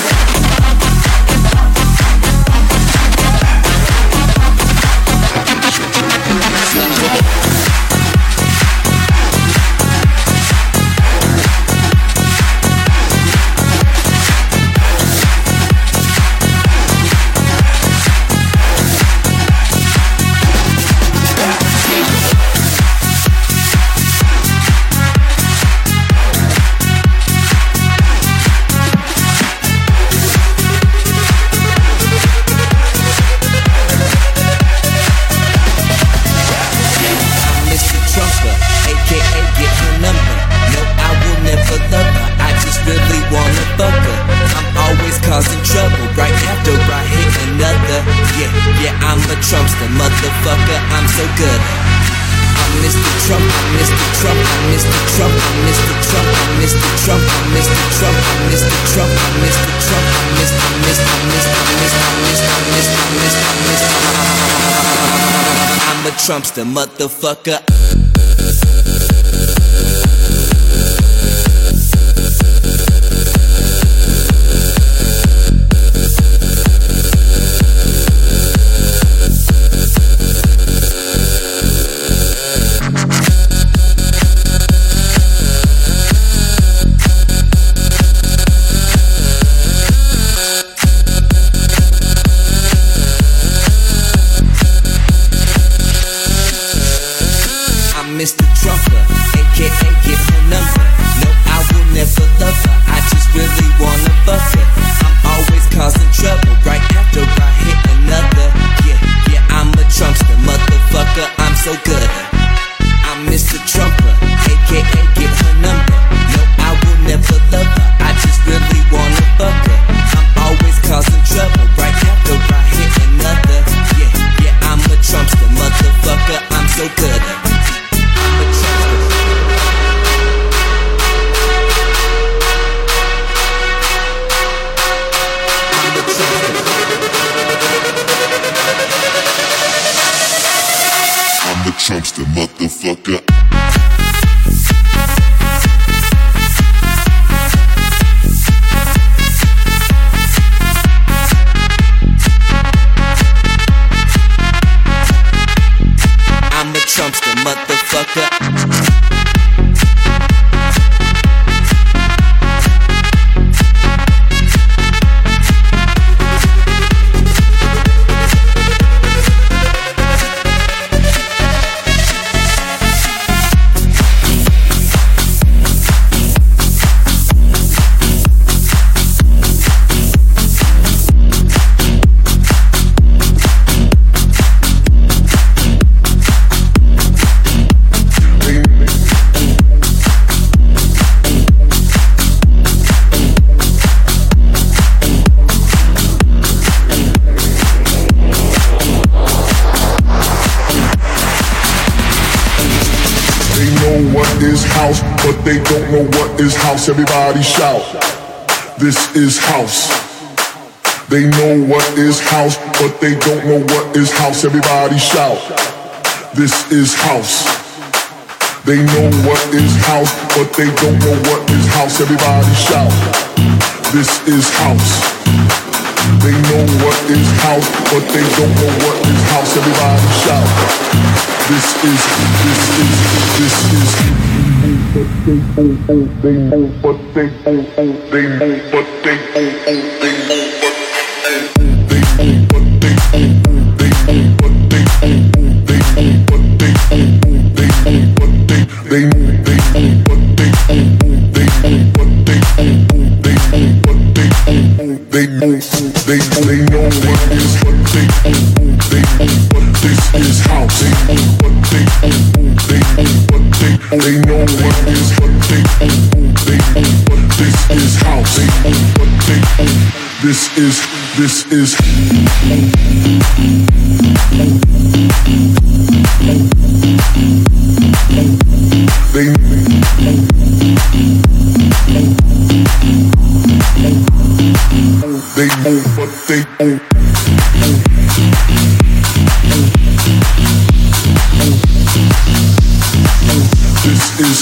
Causing trouble right after I hit another. Yeah, I'm a Trumpster, motherfucker, I'm so good. I'm Mr. Trump, I'm Mr. Trump, I'm Mr. Trump, I'm Mr. Trump, I'm Mr. Trump, I'm Mr. Trump, I'm Mr. Trump, I'm Mr. Trump, I'm Mr. I'm a Trumpster, motherfucker. Trumpster, motherfucker. I'm a Trumpster, motherfucker. House, but they don't know what is house. Everybody shout, this is house. They know what is house, but they don't know what is house. Everybody shout, this is house. They know what is house, but they don't know what is house. Everybody shout, this is house. They know what is house, but they don't know what is house. Everybody shout, this is but they know, but they know, they know, but they know, they know, but they know, they know, but they know, they know, but they know, they know, but they know, they know, but they know, they know, but they know, they know, but they know, they know, they know what is what they know, they know what this is house, they know what they know, they know what they know what is what they know, they know what this is house, they know what they know, this is they know what they know. This is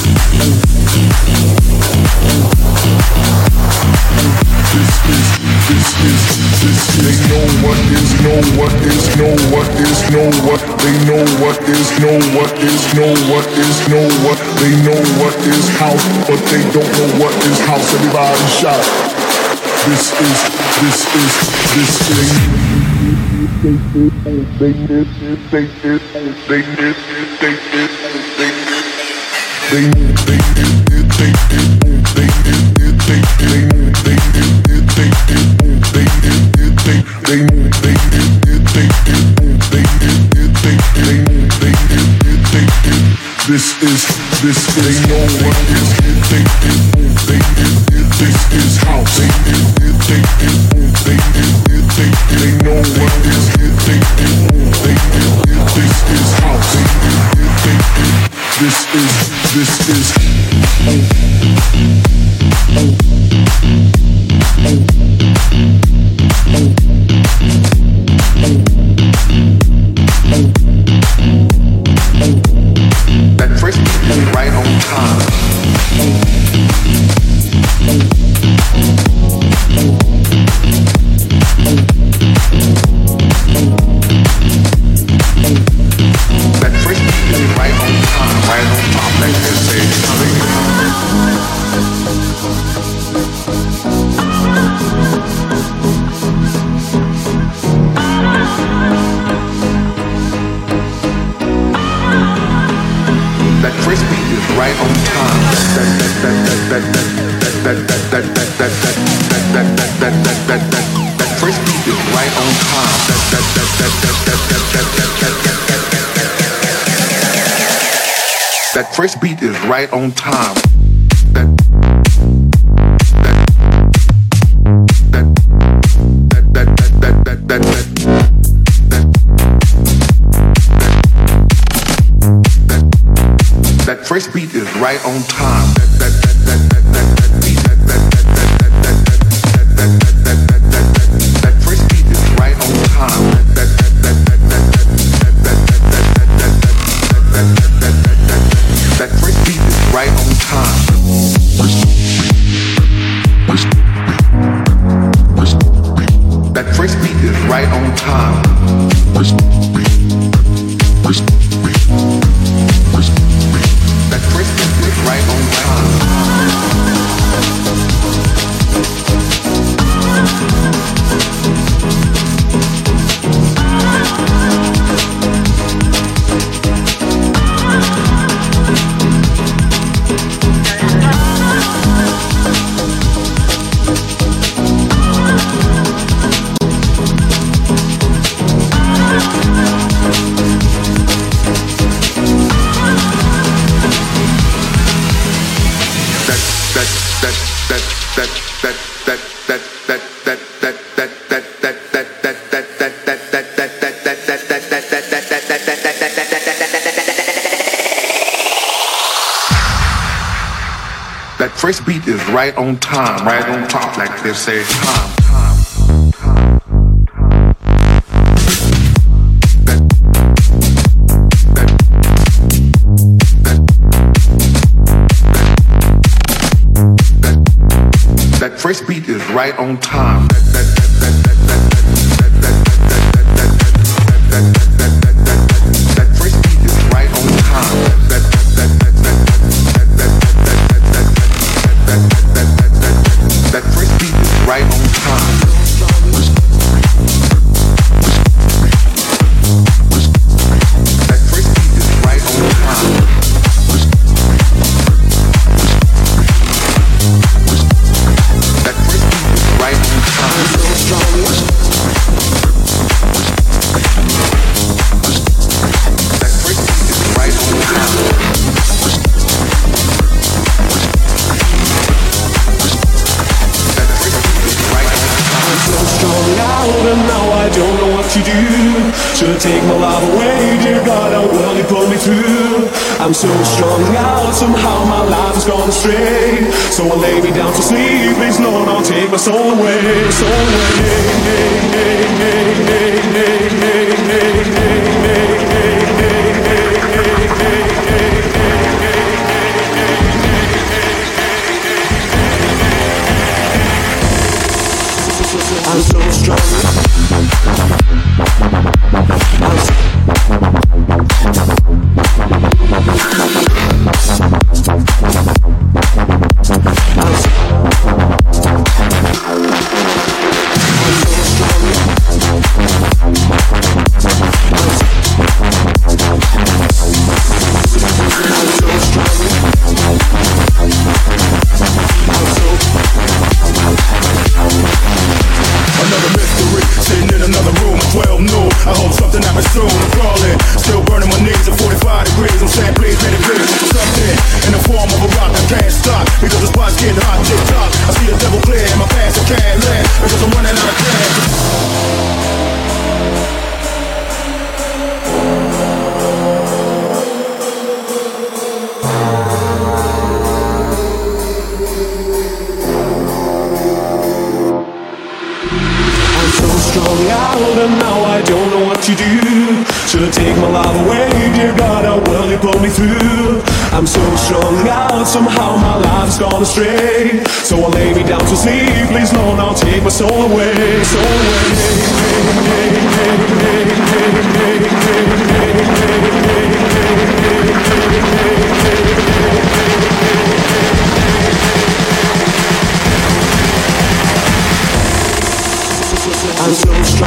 they know what is know what is know what is know what they know what is know what is know what is know what they know what is house, but they don't know what is house. Everybody shout, this is this they know what is this is house. They know what is this is house. This is that first beat is right on time. That first beat is right on time, right on top, like they say. That first beat is right on time. That first beat is right on time. That first beat is right on time. That first beat is right on time. That first beat is right on time. right on time. That first beat is right on time. That first beat is right on time, right on top, like they say, time. That first beat is right on time. That first beat is right on time. That first beat is right on time. That first beat is right on time. That first beat is right on time. So strong. That first beat is right on time. So strong out and now I don't know what to do. Should take my life away, dear God, how well you pulled me through. I'm so strong out, somehow my life has gone astray. So I lay me down to sleep, please Lord, I'll take my soul away, soul I'm so strong. Another mystery, sitting in another room at 12 noon. I hope something happens soon. I'm crawling, still burning my knees at 45 degrees. I'm saying please, pretty please, something in the form of a rock that can't stop. Because the spot's getting hot, tick tock. I see the devil clear in my past, I can't land. Because I'm running out of gas. Strong out and now I don't know what to do. Should take my life away, dear God, how well you pulled me through. I'm so strong out, somehow my life's gone astray. So I lay me down to sleep, please Lord, I'll take my soul away, soul I'm so strong.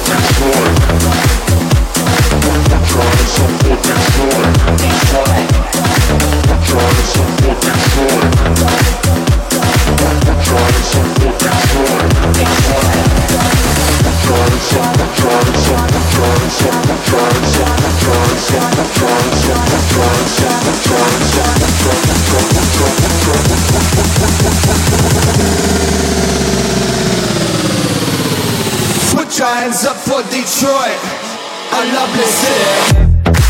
Put your hands up for Detroit, a lovely city.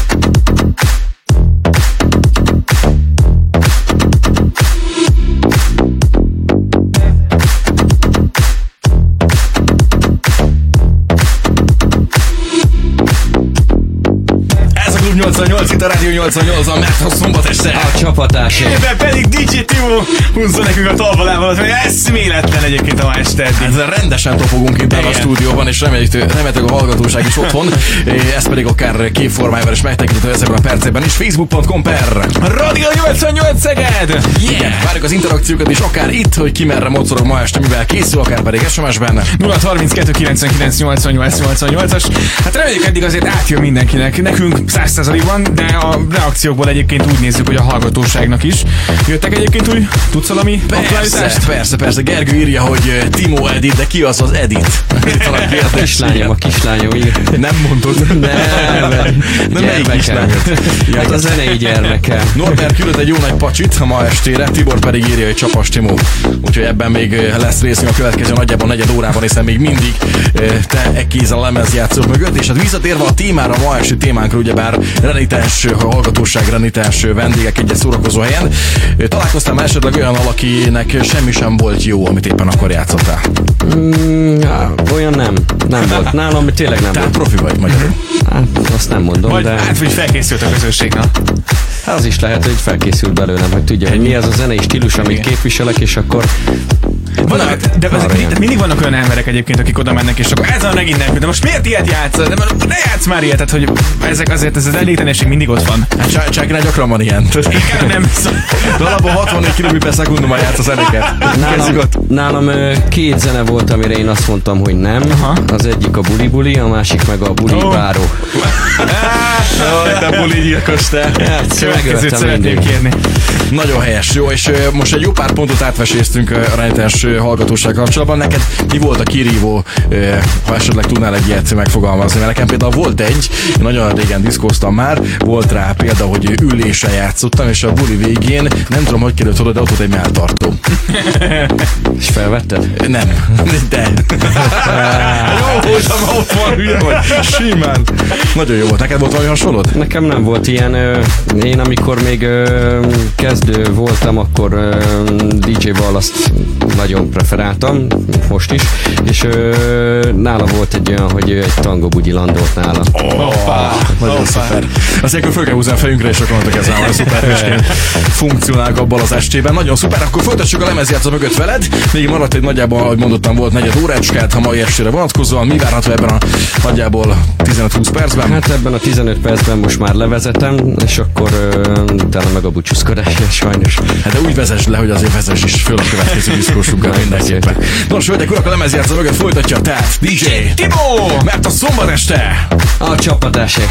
Klub 88, itt a Rádió 88-an, mert a szombat este. A csapatásé. Ebben pedig DJ Timo húzza nekünk a talpalával, hogy eszméletlen egyébként a ma este. Ezzel rendesen topogunk itt a stúdióban, és remélhetőleg a hallgatóság is otthon. Ez pedig akár képformájával is megtekinthető ezekben a percekben is. Facebook.com/. Rádió 88 Szeged! Yeah! Várjuk az interakciókat is, akár itt, hogy ki merre mocorog ma este, mivel készül, akár pedig SMS-ben. 032 99 88 88-as. Hát reméljük eddig azért átjön mindenkinek. Nekünk 100%-ban, de a reakciókból egyébként úgy nézzük, hogy a hallgatóságnak is. Jöttek egyébként úgy? Tudsz valami aktualitást? Persze. Gergő írja, hogy Timo Edit, de ki az az Edit? A kislányom ír. Nem mondod? Nem, melyik kislány? Hát a zenei gyermeke. Norbert küldött egy jó nagy pacsit a ma estére, Tibor pedig írja, hogy csapas Timo. Úgyhogy ebben még lesz részünk a következő nagyjából negyed órában, hiszen még mindig te ekkézzel a lemezjátszók mögött, és hát visszatérve a témára, a ma esti témánkra, ugyebár renitens hallgatóság, renitens vendégek egy szórakozó helyen. Találkoztál már esetleg olyan valakinek semmi sem volt jó, amit éppen akkor játszottál? Olyan nem volt. Nálam tényleg nem Tehát volt. profi vagy magyarul. Hát, azt nem mondom, Vagy de... hát, hogy felkészült a közönség, na. Hát az is lehet, hogy felkészült belőlem, hogy tudja, hogy mi az a zenei stílus, amit képviselek, és akkor... De mindig vannak olyan emberek egyébként, akik oda mennek, és akkor ez a megint nem, de most miért ilyet játszol? De ne játsz már ilyet, tehát, hogy ezek azért, ez az elégtelenség mindig ott van. Hát Csákinál gyakran van ilyen. Inkább nem. De alapból 64 km/s játsz a zenéket. Nálam két zene volt, amire én azt mondtam, hogy nem. Aha. Az egyik a buli-buli, a másik meg a buli-báró. Te buligyilkos te. Következőt szeretném kérni. Nagyon helyes, jó, és most egy jó pár pontot átveséztünk a renitens hallgatóság kapcsolatban. Neked mi volt a kirívó, ha esetleg tudnál egy ilyet megfogalmazni? Mert nekem például volt egy, nagyon régen diszkóztam már, volt rá például, hogy üléssel játszottam, és a buli végén, nem tudom, hogy került oda, de ott volt egy melltartó. És felvetted? Nem, de. Jó voltam, ott van, hülye vagy. Simán. Nagyon jó volt. Neked volt valami hasonlód? Nekem nem volt ilyen. Én amikor még kezdő voltam, akkor DJ Ballaszt nagyon preferáltam, most is, és nála volt egy olyan, hogy egy tango bugyi landolt nála. Nagyon szuper. Azt ilyenkor föl kell húzni a fejünkre, és akkor mondtak ezzel, hogy szuper hősként funkcionálnak abban az estében. Nagyon szuper, akkor folytassuk a lemezjátszó mögött veled. Még maradt egy nagyjából, ahogy mondottam, volt negyed órácskát, ha mai estére vonatkozóan. Mi várható ebben a nagyjából 15-20 percben? Hát ebben a 15 percben most már levezetem, és akkor utána meg a búcsúzkodás, sajnos. Hát de úgy vezess le, hogy azért vezess is föl a következő diszkósukkal mindenképpen. Nos, hölgyek, urak, a lemezjátszó mögött folytatja, tehát DJ Timo! Mert a szombat este a csapatásé.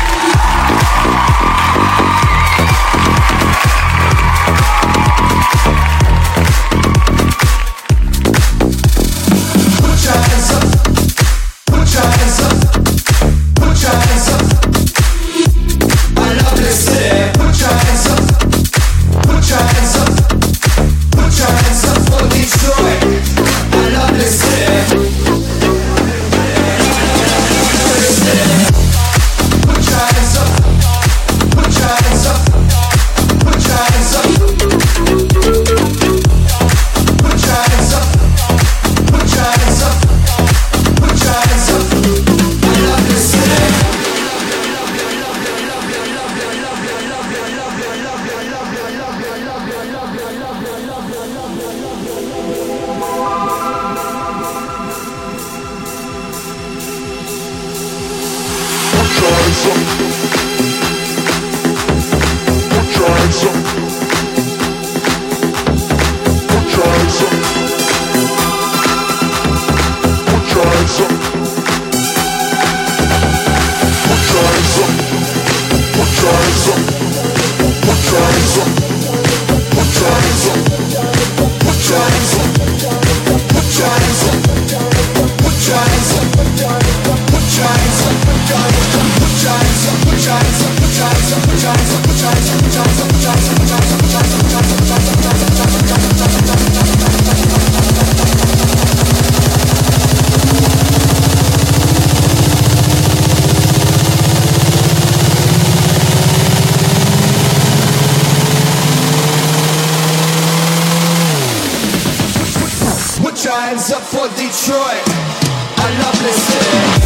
Put your hands up for Detroit. I love this city.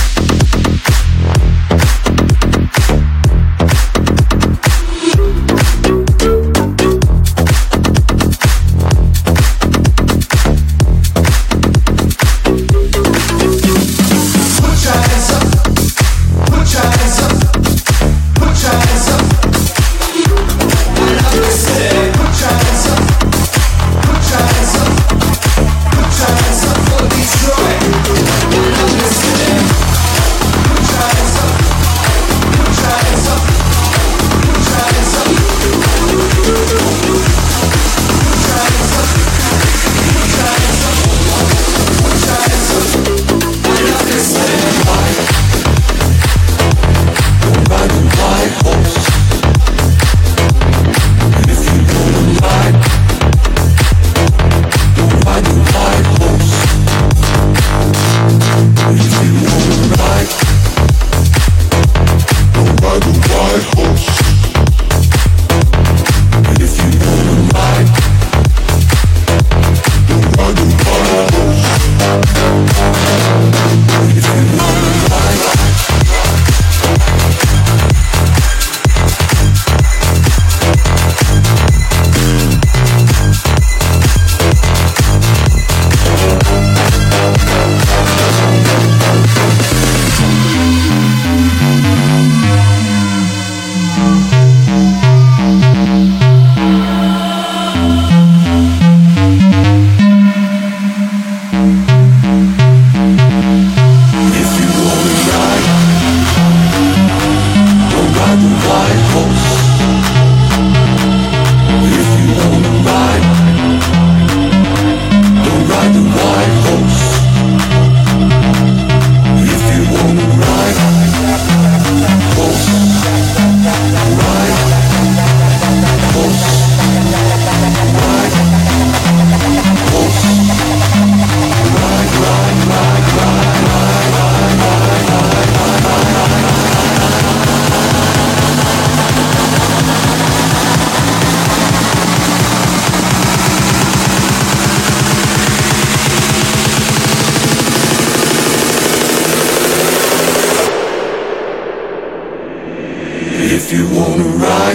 If you wanna ride,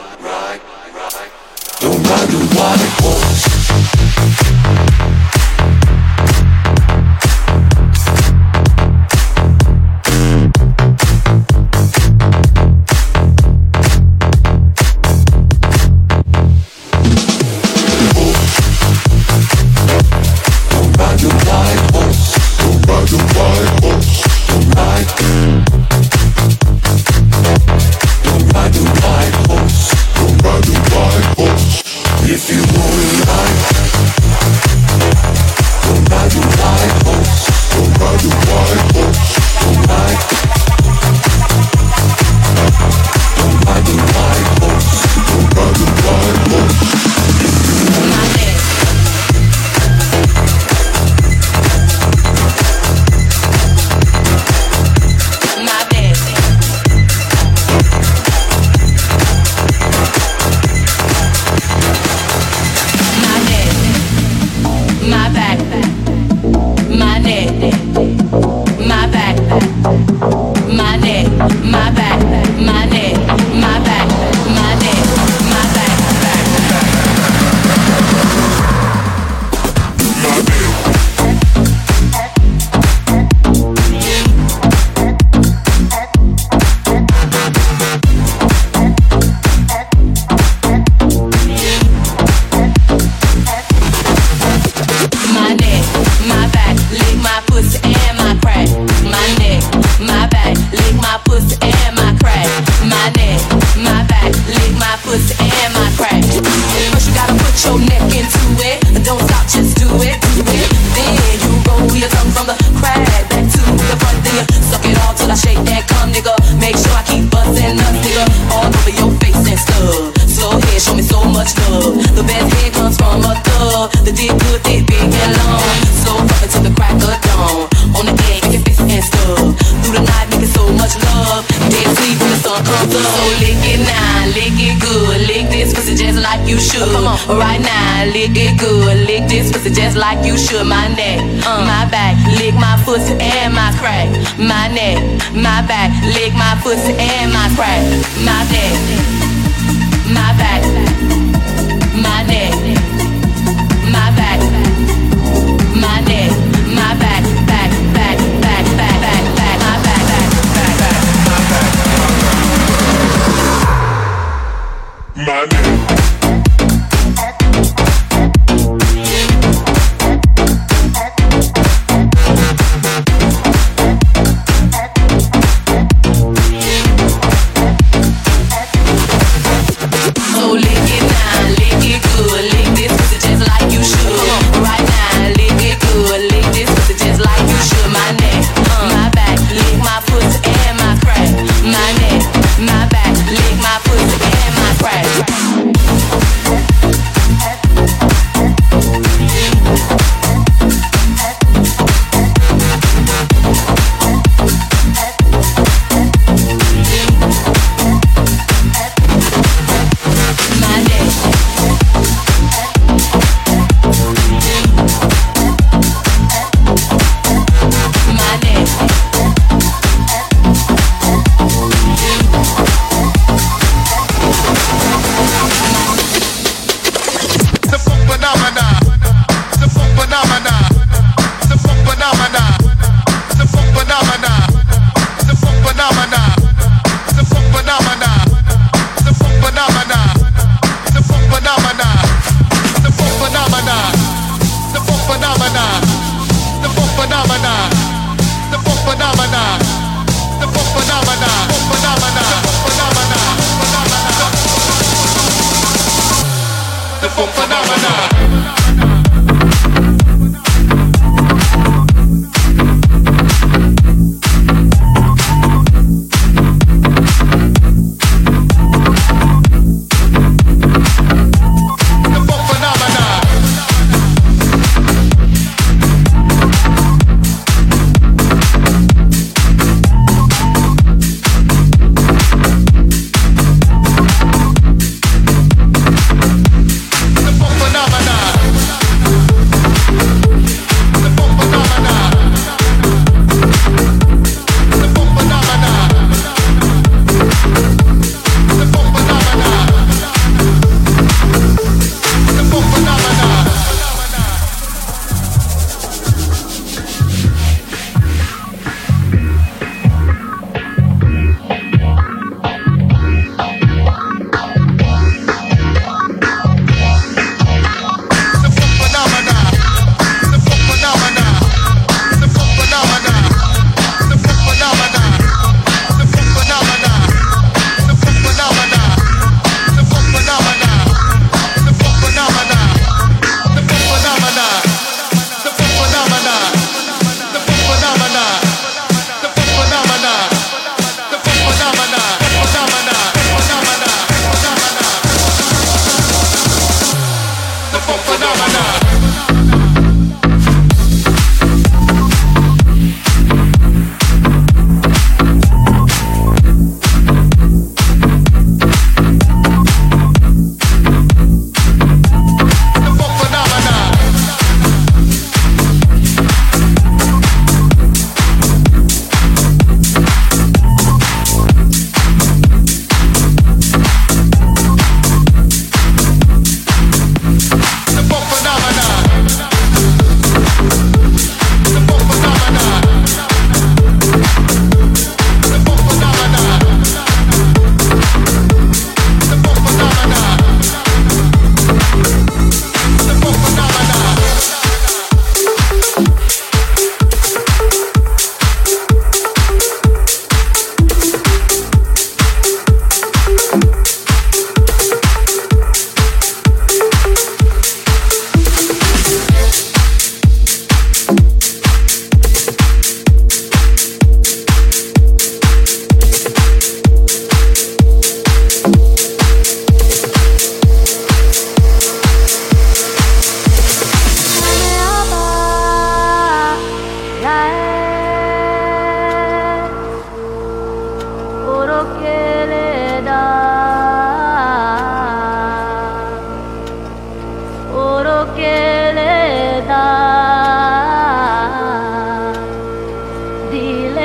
don't ride the white horse. My neck, should. Come on, right now, lick it good. Lick this pussy just like you should. My neck, my back, lick my pussy and my crack. My neck, my back, lick my pussy and my crack. My neck, my back, my neck, my back, my neck, my back, back, back, back, back, back, back, my back, back, back, back, my back, my neck. So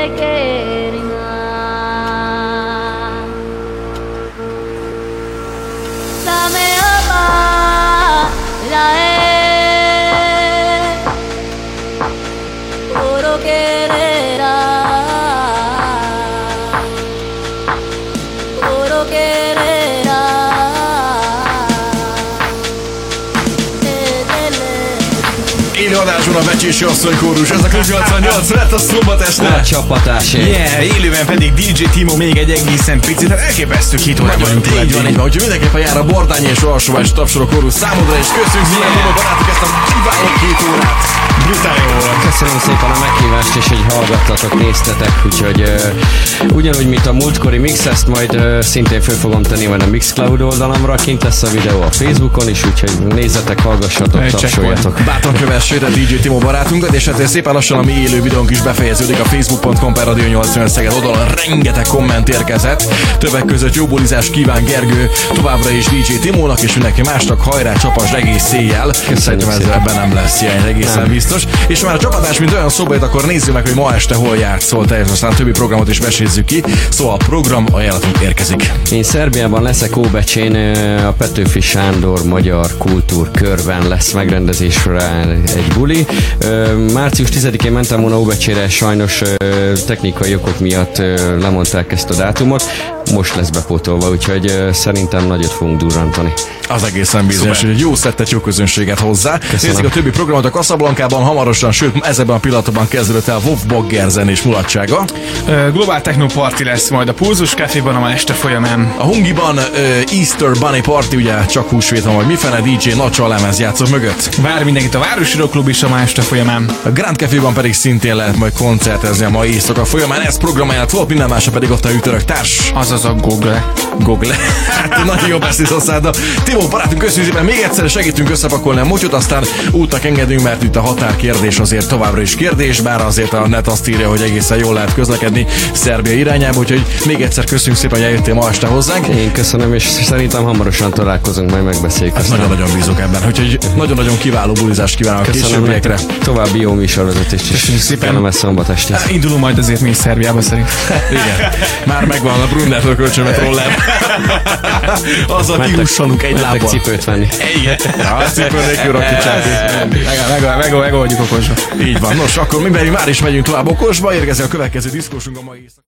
Adásban a Becsési asszony kórus, ez a Klub 88 lett a szombat este. Nagy csapatásé. Yeah, élőben pedig DJ Timo még egy egészen picit, hát elképesztő 2 órában vagyunk. Így van, úgyhogy mindenképpen jár a Bordányi és Alsóvá és Tapsoló kórus számodra, és köszönjük szépen, hogy barátok ezt a kiváló 2 órát. Brutál jó volt. Köszönöm szépen a meghívást, és hogy hallgattatok, néztetek, úgyhogy ugyanúgy, mint a múltkori mix, ezt majd szintén föl fogom tenni majd a Mixcloud oldalamra, kint lesz a videó a Facebookon is, úgyhogy nézzetek, hallgassatok, tapsoljatok. Bátran kövessétek a DJ Timo barátunkat, és hát szépen lassan a mi élő videónk is befejeződik a facebook.com/radio88 Szeged oldalon. Rengeteg komment érkezett, többek között jó bulizás kíván Gergő, továbbra is DJ Timónak és mindenki másnak, hajrá, csapas egész széjjel. Szerintem ezzel ebben nem lesz ilyen, egészen biztos. És már a csapatás mint olyan szóba jött, akkor nézzük meg, hogy ma este hol játszol te, és aztán többi programot is mesézzük ki. Szóval a program ajánlatunk érkezik. Én Szerbiában leszek Óbecsén, a Petőfi Sándor Magyar Kultúrkörben lesz megrendezésre egy buli. Március 10-én mentem volna Óbecsére, sajnos technikai okok miatt lemondták ezt a dátumot. Most lesz bepótolva, úgyhogy szerintem nagyot fogunk durrantani. Az egészen bizonyos, hogy egy jó szettet, jó közönséget hozzá. Nézzük a többi programot a Casablancában hamarosan, sőt, ezekben a pillanatban kezdődött el Wolf Bagger zenés mulatsága. Globál Techno Party lesz majd a Pulzus Caféban a ma este folyamán. A Hungiban Easter Bunny Party, ugye csak húsvét van, vagy mifene DJ Nacsa lemez játszok mögött. Vár mindenkit a Városi Rock Klub is a ma este folyamán. A Grand Caféban pedig szintén lehet majd koncertezni a mai éjszaka folyamán. Ez programáját volt, minden másra pedig ott a Ütörök társ. Azaz a Google. Hát nagyon jó beszélsz hozzá, de Timó barátunk, köszönjük szépen, még egyszer segítünk összepakolni a motyot, aztán útnak engedünk, mert itt a határkérdés azért továbbra is kérdés, bár azért a net azt írja, hogy egészen jól lehet közlekedni Szerbia irányába, úgyhogy még egyszer köszönjük szépen, hogy eljöttél ma este hozzánk. Én köszönöm, és szerintem hamarosan találkozunk, majd megbeszéljük. Hát nagyon-nagyon bízok ebben, úgyhogy nagyon-nagyon kiváló bulizást kívánok a későbbiekre. További jó műsorvezetést is. Köszönjük szépen. Kellemes szombat estét. Indulunk majd azért mi Szerbiába szerint. Igen. Már megvan a Brunnertől kölcsönvet roller. Azzal kihussolunk egy lábbal. Cipőt venni. Igen. A cipő nélkül rakjuk. Megoldjuk Okosba. Így van. Nos, akkor mi már is megyünk tovább Okosba. Érkezik a következő diszkósunk a mai éjszaka.